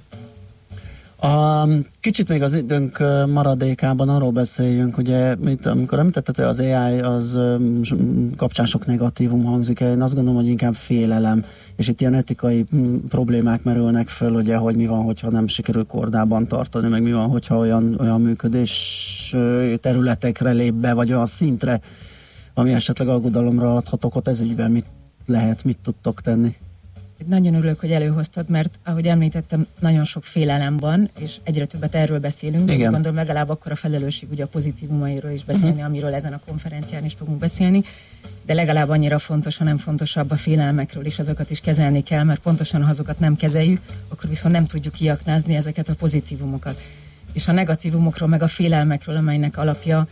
A, kicsit még az időnk maradékában arról beszéljünk, ugye, mint amikor említetted, hogy az á i az kapcsán sok negatívum hangzik, én azt gondolom, hogy inkább félelem, és itt ilyen etikai problémák merülnek föl, ugye, hogy mi van, hogyha nem sikerül kordában tartani, meg mi van, hogyha olyan, olyan működés területekre lép be, vagy olyan szintre, ami esetleg aggodalomra adhat okot, ez ügyben mit lehet, mit tudtok tenni? Nagyon örülök, hogy előhoztad, mert ahogy említettem, nagyon sok félelem van, és egyre többet erről beszélünk, de úgy gondolom legalább akkor a felelősség ugye a pozitívumairól is beszélni, uh-huh. amiről ezen a konferencián is fogunk beszélni, de legalább annyira fontos, ha nem fontosabb a félelmekről is, azokat is kezelni kell, mert pontosan ha azokat nem kezeljük, akkor viszont nem tudjuk kiaknázni ezeket a pozitívumokat. És a negatívumokról, meg a félelmekről, amelynek alapja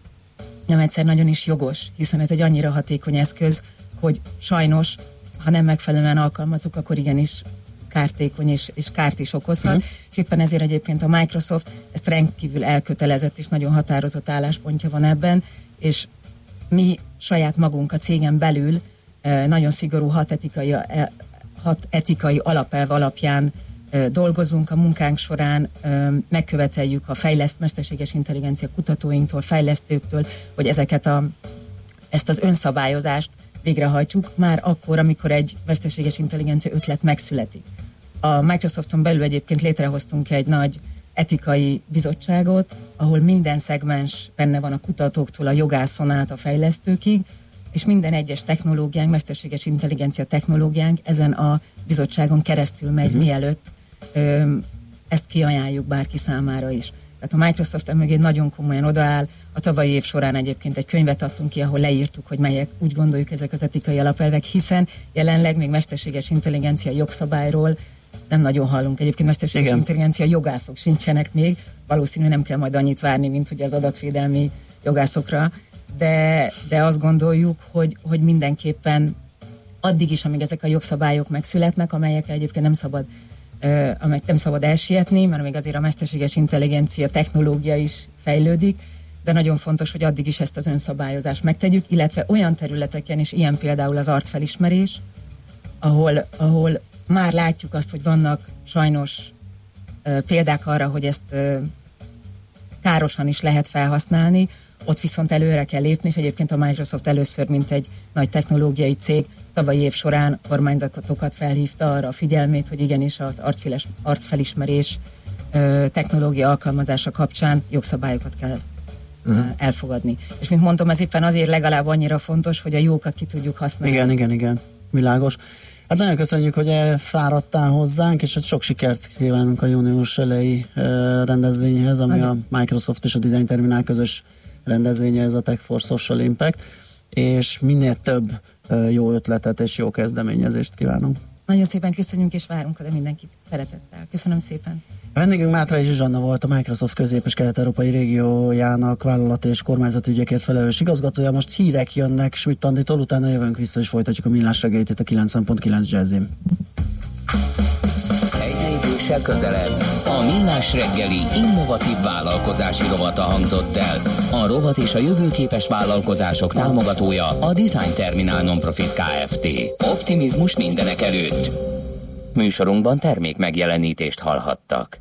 nem egyszer nagyon is jogos, hiszen ez egy annyira hatékony eszköz, hogy sajnos, ha nem megfelelően alkalmazzuk, akkor igenis kártékony és, és kárt is okozhat, uh-huh. és éppen ezért egyébként a Microsoft ezt rendkívül elkötelezett és nagyon határozott álláspontja van ebben, és mi saját magunk a cégen belül nagyon szigorú hat etikai, hat etikai alapelv alapján dolgozunk a munkánk során, megköveteljük a fejleszt, mesterséges intelligencia kutatóinktól, fejlesztőktől, hogy ezeket a, ezt az önszabályozást végrehajtjuk már akkor, amikor egy mesterséges intelligencia ötlet megszületik. A Microsofton belül egyébként létrehoztunk egy nagy etikai bizottságot, ahol minden szegmens benne van a kutatóktól, a jogászon át a fejlesztőkig, és minden egyes technológiánk, mesterséges intelligencia technológiánk ezen a bizottságon keresztül megy, uh-huh. mielőtt ö, ezt kiajánljuk bárki számára is. Tehát a Microsoft mögé nagyon komolyan odaáll. A tavalyi év során egyébként egy könyvet adtunk ki, ahol leírtuk, hogy melyek úgy gondoljuk ezek az etikai alapelvek, hiszen jelenleg még mesterséges intelligencia jogszabályról nem nagyon hallunk. Egyébként mesterséges Igen. intelligencia jogászok sincsenek még, valószínűleg nem kell majd annyit várni, mint hogy az adatvédelmi jogászokra, de, de azt gondoljuk, hogy, hogy mindenképpen addig is, amíg ezek a jogszabályok megszületnek, amelyekkel egyébként nem szabad Uh, amelyet nem szabad elsietni, mert még azért a mesterséges intelligencia technológia is fejlődik, de nagyon fontos, hogy addig is ezt az önszabályozást megtegyük, illetve olyan területeken is, ilyen például az arcfelismerés, ahol, ahol már látjuk azt, hogy vannak sajnos uh, példák arra, hogy ezt uh, károsan is lehet felhasználni, ott viszont előre kell lépni, és egyébként a Microsoft először, mint egy nagy technológiai cég, tavalyi év során kormányzatokat felhívta arra a figyelmét, hogy igenis az arcfelis, arcfelismerés ö, technológia alkalmazása kapcsán jogszabályokat kell uh-huh. ö, elfogadni. És mint mondtam, ez éppen azért legalább annyira fontos, hogy a jókat ki tudjuk használni. Igen, igen, igen. Világos. Hát nagyon köszönjük, hogy elfáradtál hozzánk, és hogy sok sikert kívánunk a június elejé uh, rendezvényhez, ami nagyon. A Microsoft és a Design Terminál közös rendezvénye, ez a Tech for Social Impact, és minél több uh, jó ötletet és jó kezdeményezést kívánunk. Nagyon szépen köszönjük, és várunk oda mindenkit szeretettel. Köszönöm szépen. Vendégünk Mátrai Zsuzsanna volt, a Microsoft közép- és kelet-európai régiójának vállalati és kormányzati ügyekért felelős igazgatója. Most hírek jönnek Schmidt Anditól, utána jövünk vissza, és folytatjuk a Millás reggelit itt a kilencven pont kilenc Jazzin. Egy lépéssel közelebb. A Millás reggeli innovatív vállalkozási rovata hangzott el. A rovat és a jövőképes vállalkozások támogatója a Design Terminal Nonprofit Kft. Optimizmus mindenek előtt. Műsorunkban termék megjelenítést hallhattak.